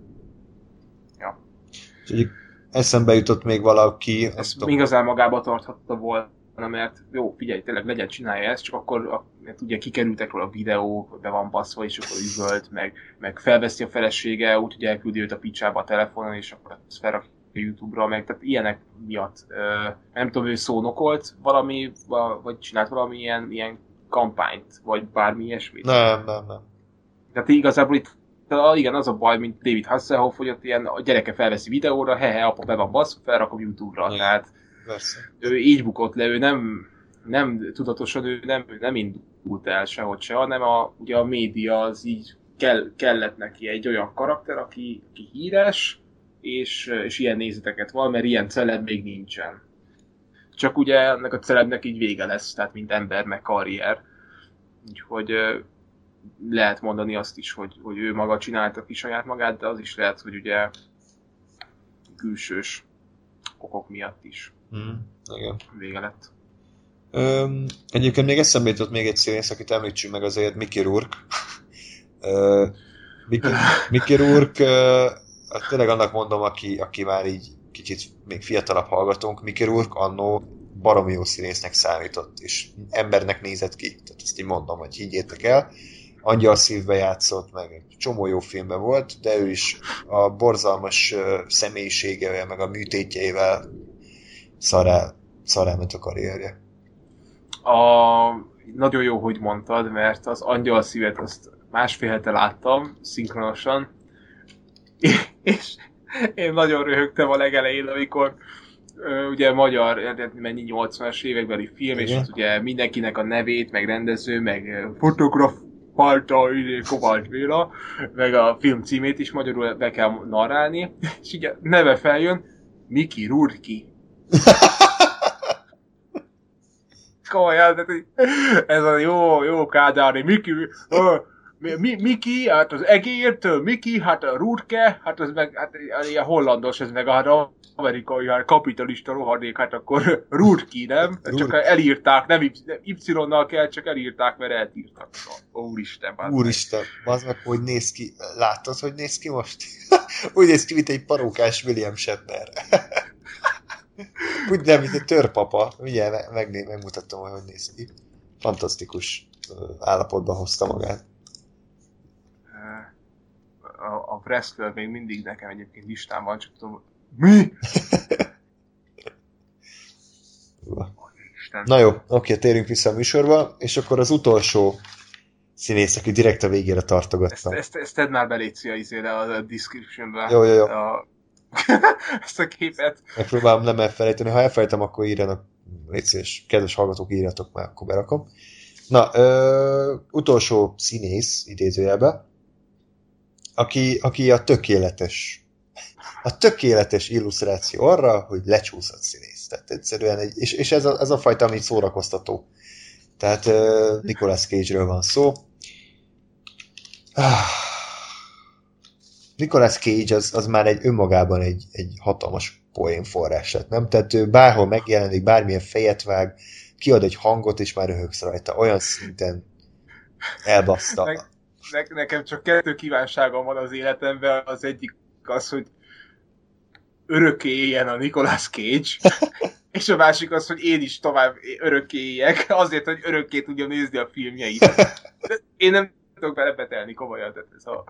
Ja. Úgyhogy eszembe jutott még valaki... Ezt igazán magába tarthatta volna, mert jó, figyelj, tényleg legyen csinálja ezt, csak akkor a, mert ugye kikerültek róla a videó, be van baszva, és akkor üvölt, meg, meg felveszi a felesége, úgyhogy elküldi őt a picsába a telefonon, és akkor ezt felrakja YouTube-ra, meg tehát ilyenek miatt. Ö, nem tudom, ő szónokolt valami, vagy csinált valami ilyen, ilyen kampányt, vagy bármi ilyesmit. Nem, nem, nem. Tehát igazából itt igen, az a baj, mint David Hasselhoff, hogy ott ilyen a gyereke felveszi videóra, hehe, apa be van baszva, felrakom YouTube-ra. Igen. Tehát Persze. ő így bukott le, ő nem, nem tudatosan, ő nem, nem indult el sehogy se, hanem a, ugye a média az így kell, kellett neki egy olyan karakter, aki, aki híres, és, és ilyen nézeteket van, mert ilyen celeb még nincsen. Csak ugye ennek a celebnek így vége lesz, tehát mint ember, meg karrier. Úgyhogy lehet mondani azt is, hogy, hogy ő maga csinálta ki saját magát, de az is lehet, hogy ugye külsős okok miatt is Mm, igen. vége lett. Öm, egyébként még eszembe jutott még egy színész, akit említsünk meg azért, Mickey Rourke. Ö, Mickey, Mickey Rourke, ö, hát tényleg annak mondom, aki, aki már így kicsit még fiatalabb hallgatónk, Mickey Rourke annó baromi jó színésznek számított, és embernek nézett ki. Tehát ezt így mondom, hogy higgyétek el. Angyal szívbe játszott, meg egy csomó jó filmben volt, de ő is a borzalmas ö, személyiségével, meg a műtétjeivel szará, szará ment a karrierje. A, nagyon jó, hogy mondtad, mert az Angyal szívet azt másfél hete láttam, szinkronosan, és én nagyon röhögtem a legelején, amikor ö, ugye magyar, mennyi nyolcvanas évekbeli film, és Igen. ott ugye mindenkinek a nevét, meg rendező, meg ö, fotograf Pálta, Kovács Béla, meg a film címét is magyarul be kell narrálni, és így a neve feljön, Mickey Rourke. Komolyan, tehát így, ez a jó, jó kádári, Mickey, uh, Mi, Miki, hát az egértől, Miki, hát a Rutke, hát az meg, hát ilyen hollandos, ez meg a amerikai, hát kapitalista rohadék, hát akkor Rutki, nem? Csak elírták, nem Y-nal kell, csak elírták, mert eltírtak. Úristen, bazd meg. Úristen, bazd meg, hogy néz ki. Láttad, hogy néz ki most? Úgy néz ki, mint egy parókás William Shatner. Úgy nem, mint egy törpapa. Ugye, meg, megmutattam, hogy néz ki. Fantasztikus állapotban hozta magát. A, a Wrestler még mindig nekem egyébként listán van, csak tudom, mi? Na jó, oké, térjünk vissza a műsorba, és akkor az utolsó színész, aki direkt a végére tartogattam. Ezt, ezt, ezt tedd már belétszi a izére a descriptionbe. Jó, jó, jó. A... ezt a képet. Megpróbálom nem elfelejteni, ha elfelejtem, akkor írjanak, légy és kedves hallgatók, írjatok már, akkor berakom. Na, ö, utolsó színész, idézőjelben, aki, aki a tökéletes a tökéletes illusztráció arra, hogy lecsúszott színész. Tehát egyszerűen egy, és, és ez, a, ez a fajta, ami szórakoztató. Tehát uh, Nicolas Cage-ről van szó. Ah. Nicolas Cage az, az már egy önmagában egy, egy hatalmas poénforrás lett, nem? Tehát ő bárhol megjelenik, bármilyen fejet vág, kiad egy hangot, és már röhögsz rajta. Olyan szinten elbaszta. Ne, ne, nekem csak kettő kívánságom van az életemben, az egyik az, hogy örökké éljen a Nicolas Cage, és a másik az, hogy én is tovább örökké éljek, azért, hogy örökké tudjam nézni a filmjeit. De én nem tudok vele betelni komolyan. Tehát ez a...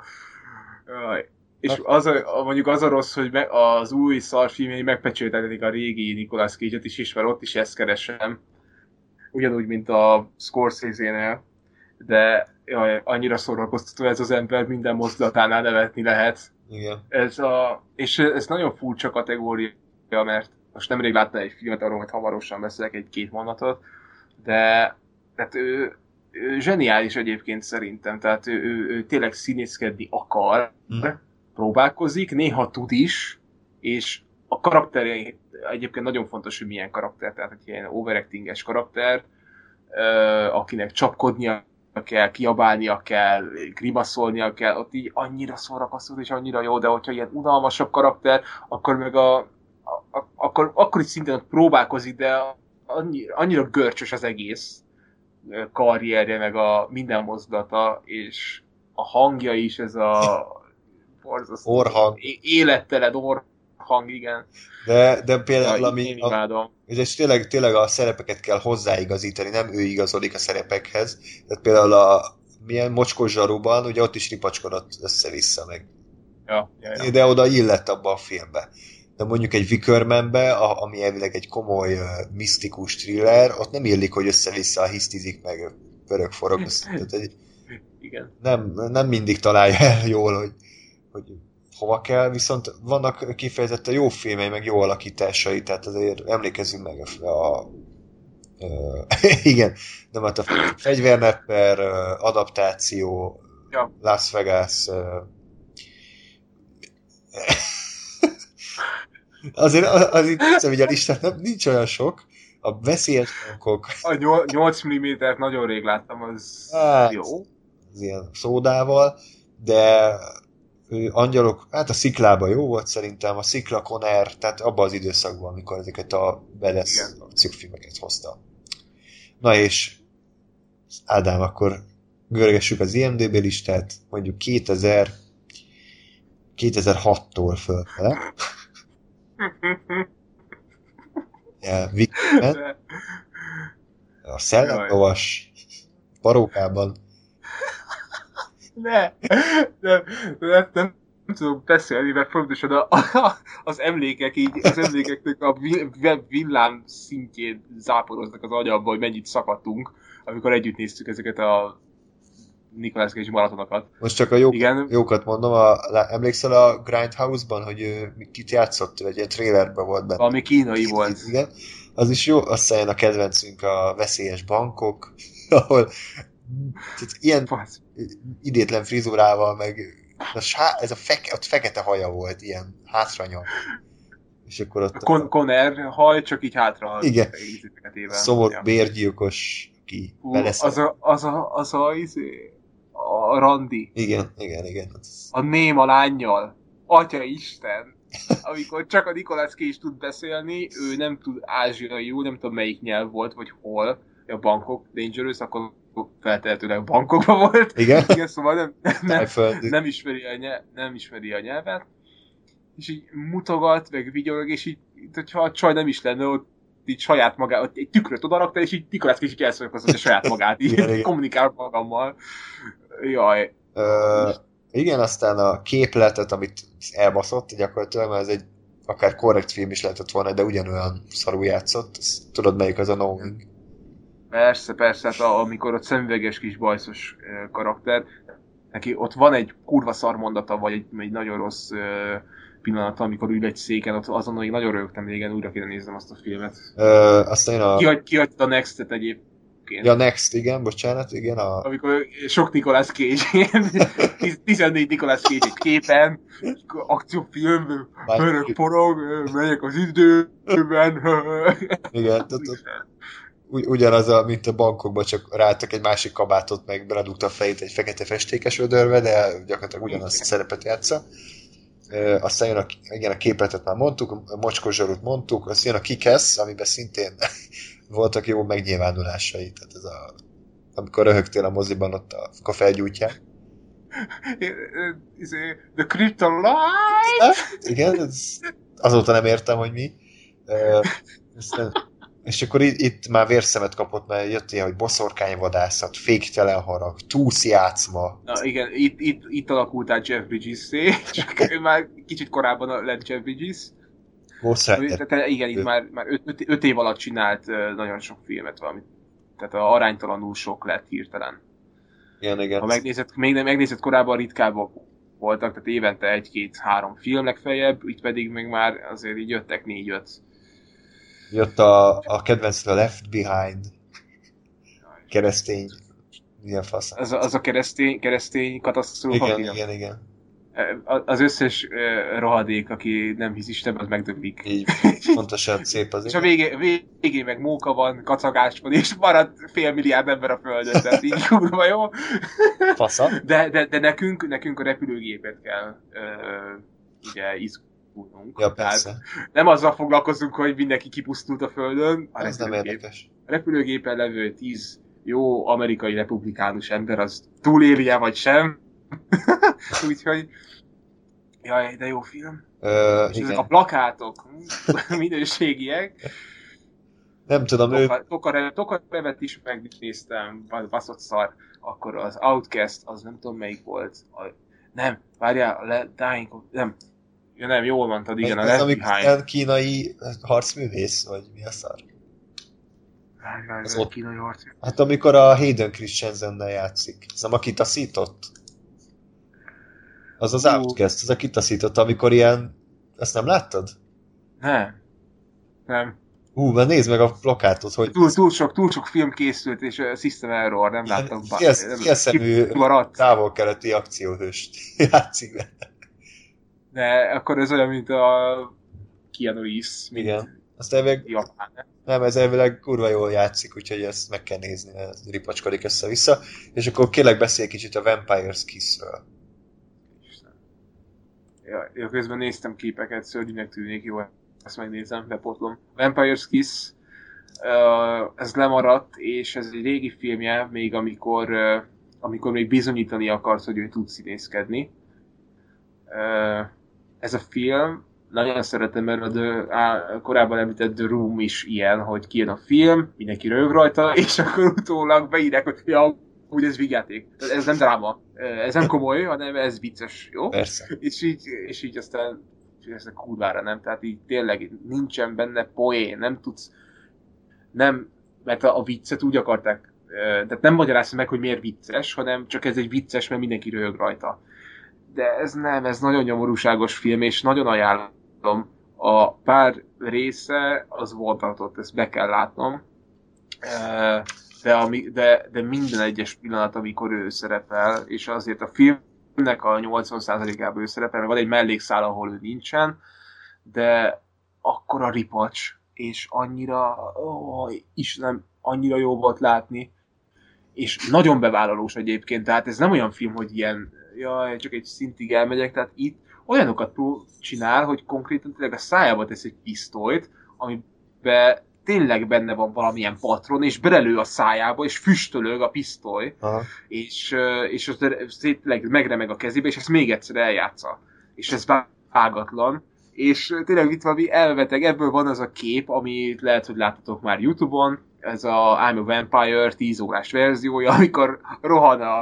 És az a, mondjuk az a rossz, hogy me, az új szarfilmjei megpecsültetik a régi Nicolas Cage-et is, és mert ott is ezt keresem. Ugyanúgy, mint a Scorsese-nél. De jaj, annyira szórakoztató ez az ember, minden mozdulatánál nevetni lehet. Igen. Ez a, és ez nagyon furcsa kategória, mert most nemrég láttam egy filmet arról, hogy hamarosan beszélek egy-két mondatot, de tehát ő, ő zseniális egyébként szerintem, tehát ő, ő, ő tényleg színészkedni akar, mm. próbálkozik, néha tud is, és a karakterje egyébként nagyon fontos, hogy milyen karakter, tehát egy ilyen overactinges karakter, akinek csapkodnia kell, kiabálnia kell, grimaszolnia kell, ott így annyira szórakoztató és annyira jó, de hogyha ilyen unalmasabb karakter, akkor meg a, a, a akkor, akkor is szintén próbálkozik, de annyira, annyira görcsös az egész karrierje, meg a minden mozdulata, és a hangja is, ez a borzasztó, orhang. Életteled orhang, igen. De, de például, ja, ami... A, és tényleg, tényleg a szerepeket kell hozzáigazítani, nem ő igazodik a szerepekhez. Tehát például a milyen mocskos zsaruban, ugye ott is ripacskodott össze-vissza meg. Ja, ja, ja. De oda illett abba a filmbe. De mondjuk egy Wickermanbe, ami elvileg egy komoly, uh, misztikus thriller, ott nem illik, hogy össze-vissza hisztizik meg pörög forog. Tehát, egy, igen. Nem, nem mindig találja el jól, hogy, hogy hova kell, viszont vannak kifejezetten jó filmei, meg jó alakításai, tehát azért emlékezzünk meg a, a, a igen, de mert a fegyvernepper, adaptáció, ja. Las Vegas, azért az itt hiszem, hogy a listán nem, nincs olyan sok, a veszélyes bankok. A nyolc millimétert nagyon rég láttam, az hát, jó. Az ilyen szódával, de angyalok, hát a Sziklában jó volt szerintem, a Szikla Conner, tehát abban az időszakban, amikor ezeket a badass akciófilmeket hozta. Na és Ádám, akkor görgessük az I M D B listát, mondjuk kétezer, kétezer-hattól fölfele. Ja, Wickerman, a Szellemlovas, Parókában. Ne, nem, nem, nem, nem tudom beszélni, mert fontosan a, a, az emlékek így, az emlékeknek a villám szintjén záporoznak az agyamba, hogy mennyit szakadtunk, amikor együtt néztük ezeket a Nicolas Cage maratonokat. Most csak a jó, jókat mondom, a, emlékszel a Grindhouse-ban, hogy ő kit játszott, vagy egy trailerben volt benne. Valami kínai volt. Igen, az is jó, aztán a kedvencünk a Veszélyes bankok, ahol tehát ilyen idétlen frizurával, meg ez a feke, ott fekete haja volt, ilyen hátranyal. És akkor ott... Con- Conner haj, csak így hátra. Igen. Szomorú ja. bérgyilkos, ki uh, az a, az a, az a, izé, a Randi. Igen, igen, igen. A néma lánnyal. Atya Isten! Amikor csak a Nicolas Cage tud beszélni, ő nem tud ázsiaiul, nem tudom melyik nyelv volt, vagy hol, a Bangkok Dangerous, akkor feltehetőleg Bangkokban volt. Igen? Igen, szóval nem, nem, Tájföldi. nem, ismeri a nyelv, nem ismeri a nyelvet, és így mutogat, meg vigyorog, és így, hogyha a csaj nem is lenne ott, így saját magát, ott egy tükröt odarakta, és így Nicolas Cage így elszólkoztatja saját magát, így Igen, igen. kommunikál magammal. Jaj. Ö, igen, aztán a képletet, amit elbaszott gyakorlatilag, mert ez egy akár korrekt film is lehetett volna, de ugyanolyan szarul játszott. Ezt tudod, melyik az a Knowing? Persze, persze, hát a, amikor ott szemüveges kis bajszos uh, karakter, neki ott van egy kurva szar mondata, vagy egy, egy nagyon rossz uh, pillanata, amikor ül egy széken, ott azon még nagyon rögtem, régen újra kéne néznem azt a filmet. Ö, aztán jön a... Kihagy, kihagyta a Next-et egyébként. Ja, Next, igen, bocsánat, igen, a... Amikor sok Nicolas Cage, tizennégy Nicolas Cage egy képen, akciófilm, örök porog, megyek az időben. Igen, tehát ugy, ugyanaz, a, mint a bankokban, csak ráadtak egy másik kabátot, meg beledugta a fejét egy fekete festékes ödörbe, de gyakorlatilag ugyanazt a szerepet játsza. E, aztán jön a, igen, a képletet már mondtuk, a Mocskos Zsarút mondtuk, aztán jön a Kick-Ass, amiben szintén voltak jó megnyilvánulásai. Tehát ez a, amikor röhögtél a moziban, ott a, akkor felgyújtják. The Kryptonite! Igen, ez, azóta nem értem, hogy mi. E, aztán, és akkor itt, itt már vérszemet kapott, mert jött ilyen, hogy boszorkányvadászat, féktelen harag, túszjátszma. Na igen, itt, itt, itt alakult át Jeff Bridges-szé, csak ő már kicsit korábban lett Jeff Bridges. Tehát igen, itt már, már öt, öt, öt év alatt csinált nagyon sok filmet valami. Tehát aránytalanul sok lett hirtelen. Igen, igen. Ha megnézed, még nem megnézed, korábban ritkábbak voltak, tehát évente egy-két-három film legfeljebb, itt pedig még már azért így jöttek négy-öt. Jött a, a kedvencre Left Behind. Keresztény. Milyen fasz. Az, az a keresztény, keresztény katasztrófa igen, film. igen, igen. Az összes uh, rohadék, aki nem hisz Istenben, az megdöglik. Így, pontosan szép az. És a végén, végén meg móka van, kacagás van, és marad fél milliárd ember a földön, tehát így kurva jó. Fasza. De, de, de nekünk, nekünk a repülőgépet kell uh, ugye izgulnunk. Ja, persze. Nem azzal foglalkozunk, hogy mindenki kipusztult a földön. A Ez nem érdekes. A repülőgépen levő tíz jó amerikai republikánus ember, az túlélje vagy sem. Úgyhogy jaj, de jó film. Ö, és igen. ezek a plakátok minőségiek. Nem tudom, ő... Tokarevet is megnéztem, baszott szar. Akkor az Outcast, az nem tudom melyik volt. A, nem, várjál, le, Dying, nem. Ja, nem, jól mondtad, igen, a Left Behind. Kínai harcművész, vagy mi a szar? Várj, várj, az várj, ott... kínai harc. Hát amikor a Hayden Christensennel játszik. Ez nem a kitaszított? Az az uh. Outcast, az a kitaszított, amikor ilyen... Ezt nem láttad? Nem. Nem. Hú, mert nézd meg a plakátot, hogy... Túl, túl, sok, túl sok film készült, és uh, System Error, nem láttam. Ilyen távol-keleti akcióhőst játszik be. De akkor ez olyan, mint a Keanu Reeves. Igen. Azt elvileg... Japán. Nem, ez elvileg kurva jól játszik, úgyhogy ezt meg kell nézni, mert ez ripacskodik össze-vissza. És akkor kérlek beszélj kicsit a Vampire's Kiss-ről. Ja, én közben néztem képeket, szörnyűnek tűnik, jó, ezt megnézem, bepotlom. Vampire's Kiss, uh, ez lemaradt, és ez egy régi filmje, még amikor, uh, amikor még bizonyítani akarsz, hogy ő tud színészkedni. Uh, ez a film, nagyon szeretem, mert a, The, a korábban említett The Room is ilyen, hogy kijön a film, mindenki rög rajta, és akkor utólag beírják, hogy ja, úgy ez vígjáték. Ez nem dráma, ez nem komoly, hanem ez vicces, jó? Persze. És így, és így aztán ez a kurvára nem, tehát így tényleg nincsen benne poén, nem tudsz, nem, mert a, a viccet úgy akarták, tehát nem magyarázza meg, hogy miért vicces, hanem csak ez egy vicces, mert mindenki röhög rajta. De ez nem, ez nagyon nyomorúságos film, és nagyon ajánlom. A pár része az voltatott, ezt be kell látnom. De, ami, de, de minden egyes pillanat, amikor ő szerepel, és azért a filmnek a nyolcvan százalékában ő szerepel, meg van egy mellékszál, ahol ő nincsen, de akkor a ripacs, és annyira, ó, Istenem, annyira jó volt látni, és nagyon bevállalós egyébként, tehát ez nem olyan film, hogy ilyen, jaj, csak egy szintig elmegyek, tehát itt olyanokat csinál, hogy konkrétan tényleg a szájába tesz egy pisztolyt, amiben tényleg benne van valamilyen patron, és belelő a szájába, és füstölög a pisztoly, Aha. és, és az tényleg megremeg a kezébe, és ezt még egyszer eljátsza. És ez vágatlan. És tényleg itt valami elveteg, ebből van az a kép, amit lehet, hogy láttatok már YouTube-on, ez a I'm a Vampire tíz órás verziója, amikor rohan a,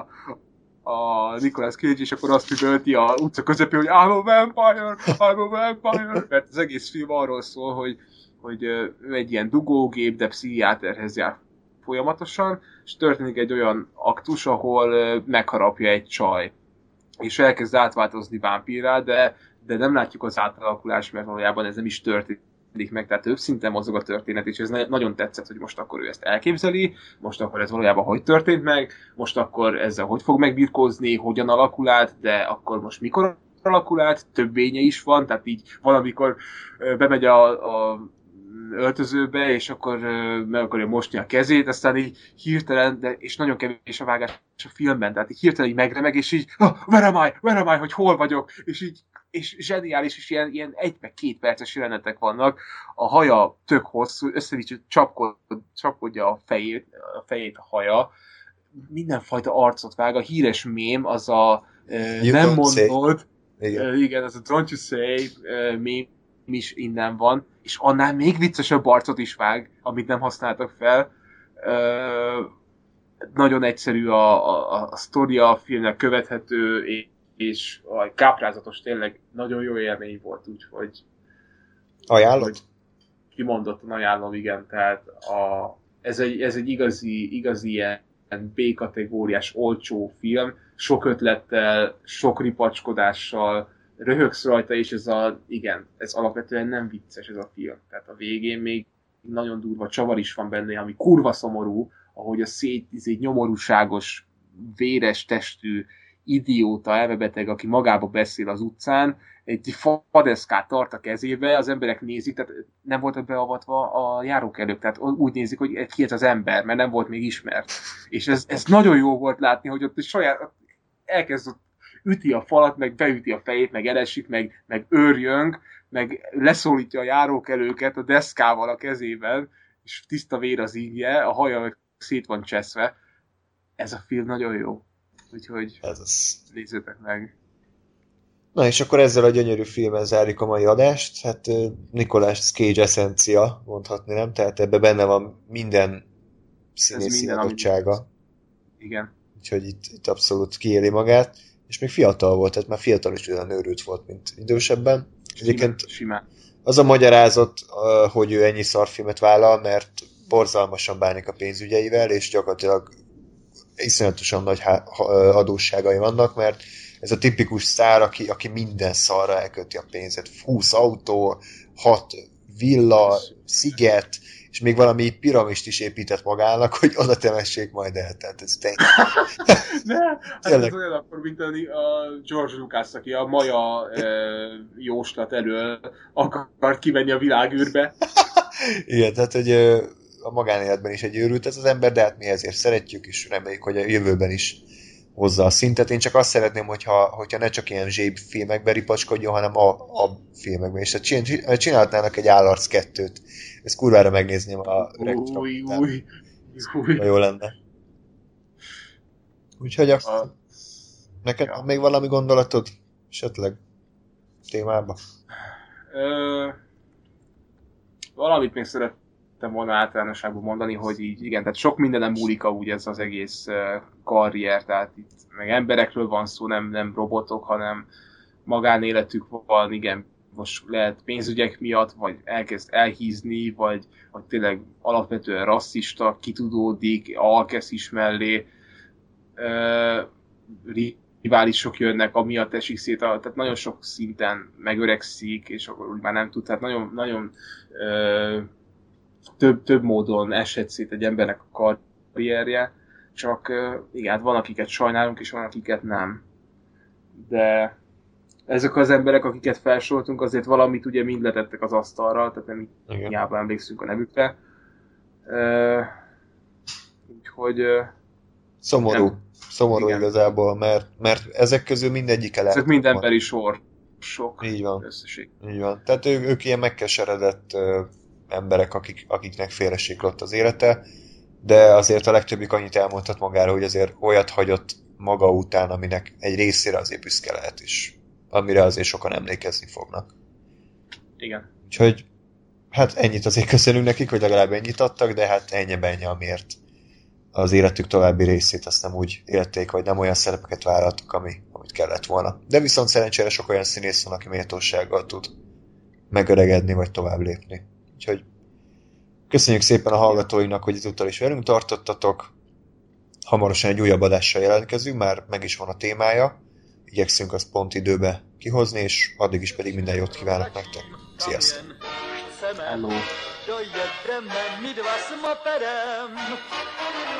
a Nicolas Cage, és akkor azt üvölti a utca közepén, hogy I'm a vampire, I'm a vampire, mert az egész film arról szól, hogy, hogy ő egy ilyen dugógép, de pszichiáterhez jár folyamatosan, és történik egy olyan aktus, ahol megharapja egy csaj, és elkezd átváltozni vámpírrá, de, de nem látjuk az átalakulást, mert valójában ez nem is történik meg, tehát több szinten mozog a történet, és ez nagyon tetszett, hogy most akkor ő ezt elképzeli, most akkor ez valójában hogy történt meg, most akkor ezzel hogy fog megbirkózni, hogyan alakul át, de akkor most mikor alakul át, több vénye is van, tehát így valamikor bemegy a, a öltözőbe, és akkor meg akarja mosni a kezét, aztán így hirtelen, de, és nagyon kevés a vágás a filmben, tehát így hirtelen így megremeg, és így, oh, where am I, where am I, hogy hol vagyok, és így, és zseniális, és ilyen, ilyen egy meg két perces jelenetek vannak, a haja tök hosszú, össze-vissza csapkod, csapkodja a fejét, a fejét a haja, mindenfajta arcot vág, a híres mém, az a uh, nem mondod, igen. Uh, igen, az a don't you say uh, mém is innen van, és annál még viccesebb arcot is vág, amit nem használtak fel. Uh, nagyon egyszerű a, a, a sztoria, a filmnek követhető, és a káprázatos, tényleg nagyon jó élmény volt, úgyhogy ajánlod? Kimondottan ajánlom, igen, tehát a, ez, egy, ez egy igazi, igazi ilyen B-kategóriás, olcsó film, sok ötlettel, sok ripacskodással, röhögsz rajta, és ez a, igen, ez alapvetően nem vicces ez a film. Tehát a végén még nagyon durva csavar is van benne, ami kurva szomorú, ahogy a szét, egy nyomorúságos, véres testű idióta, elmebeteg, aki magába beszél az utcán, egy fadeszkát tart a kezébe, az emberek nézik, tehát nem voltak beavatva a járókelők, tehát úgy nézik, hogy ki ez az ember, mert nem volt még ismert. És ez, ez nagyon jó volt látni, hogy ott saját elkezd ott üti a falat, meg beüti a fejét, meg elesik, meg, meg őrjöng, meg leszólítja a járókelőket a deszkával a kezében, és tiszta vér az ígje, a haja szét van cseszve. Ez a film nagyon jó. Úgyhogy ez az. Nézzétek meg. Na és akkor ezzel a gyönyörű filmmel zárjuk a mai adást. Hát Nicolas Cage eszencia, mondhatni, nem? Tehát ebben benne van minden színészi adottsága. Amit... Igen. Úgyhogy itt, itt abszolút kiéli magát. És még fiatal volt, tehát már fiatal is olyan őrült volt, mint idősebben. Egyébként simán. Az a magyarázat, hogy ő ennyi szarfilmet vállal, mert borzalmasan bánik a pénzügyeivel, és gyakorlatilag iszonyatosan nagy adósságai vannak, mert ez a tipikus sztár, aki, aki minden szarra elköti a pénzet. húsz autó, hat villa, sziget, és még valami piramist is épített magának, hogy oda temessék majd el. Tehát ez tényleg... Ne, hát ez olyan akkor, mint a George Lucas, aki a maja e, jóslat elől akar kivenni a világűrbe. Igen, tehát hogy a magánéletben is egy őrült ez az ember, de hát mi ezért szeretjük, és reméljük, hogy a jövőben is hozza a szintet. Én csak azt szeretném, hogyha, hogyha ne csak ilyen zséb filmekbe ripacskodjon, hanem a, a filmekben. És csinálhatnának egy Állarc kettőt. Ezt kurvára megnézném a Új, új, új. Jó lenne. Úgyhogy a... a... neked ja. Még valami gondolatod? Esetleg témába? Ö... Valamit még szerettem volna általánosságban mondani, hogy így, igen, tehát sok mindenem múlik úgy ez az egész karrier, tehát itt meg emberekről van szó, nem, nem robotok, hanem magánéletük van, igen, most lehet pénzügyek miatt, vagy elkezd elhízni, vagy, vagy tényleg alapvetően rasszista, kitudódik, alkesz is mellé, uh, riválisok jönnek, amiatt esik szét, tehát nagyon sok szinten megöregszik, és akkor úgy már nem tud, tehát nagyon, nagyon uh, több, több módon esett szét egy embernek a karrierje, csak uh, igen, van akiket sajnálunk, és van akiket nem. De ezek az emberek, akiket felsoroltunk, azért valamit ugye mind letettek az asztalra, tehát nem hiába emlékszünk a nevükre. Uh, úgyhogy uh, Szomorú. Nem. Szomorú Igen. igazából, mert, mert ezek közül mindegyike lehet. Ezek mind emberi sorsok. Így van. Összeség. Így van. Tehát ő, ők ilyen megkeseredett ö, emberek, akik, akiknek félresiklott az élete, de azért a legtöbbik annyit elmondhat magára, hogy azért olyat hagyott maga után, aminek egy részére azért büszke lehet is. Amire azért sokan emlékezni fognak. Igen. Úgyhogy hát ennyit azért köszönünk nekik, hogy legalább ennyit adtak, de hát ennyi-ennyi, amiért az életük további részét azt nem úgy élték, vagy nem olyan szerepeket vállaltak, ami, amit kellett volna. De viszont szerencsére sok olyan színész van, aki méltósággal tud megöregedni, vagy tovább lépni. Úgyhogy köszönjük szépen a hallgatóinak, hogy ezúttal is velünk tartottatok. Hamarosan egy újabb adással jelentkezünk, már meg is van a témája. Igyekszünk azt pont időbe kihozni, és addig is pedig minden jót kívánok nektek. Sziasztok! Hello. Do jedreme, my dva s moperem.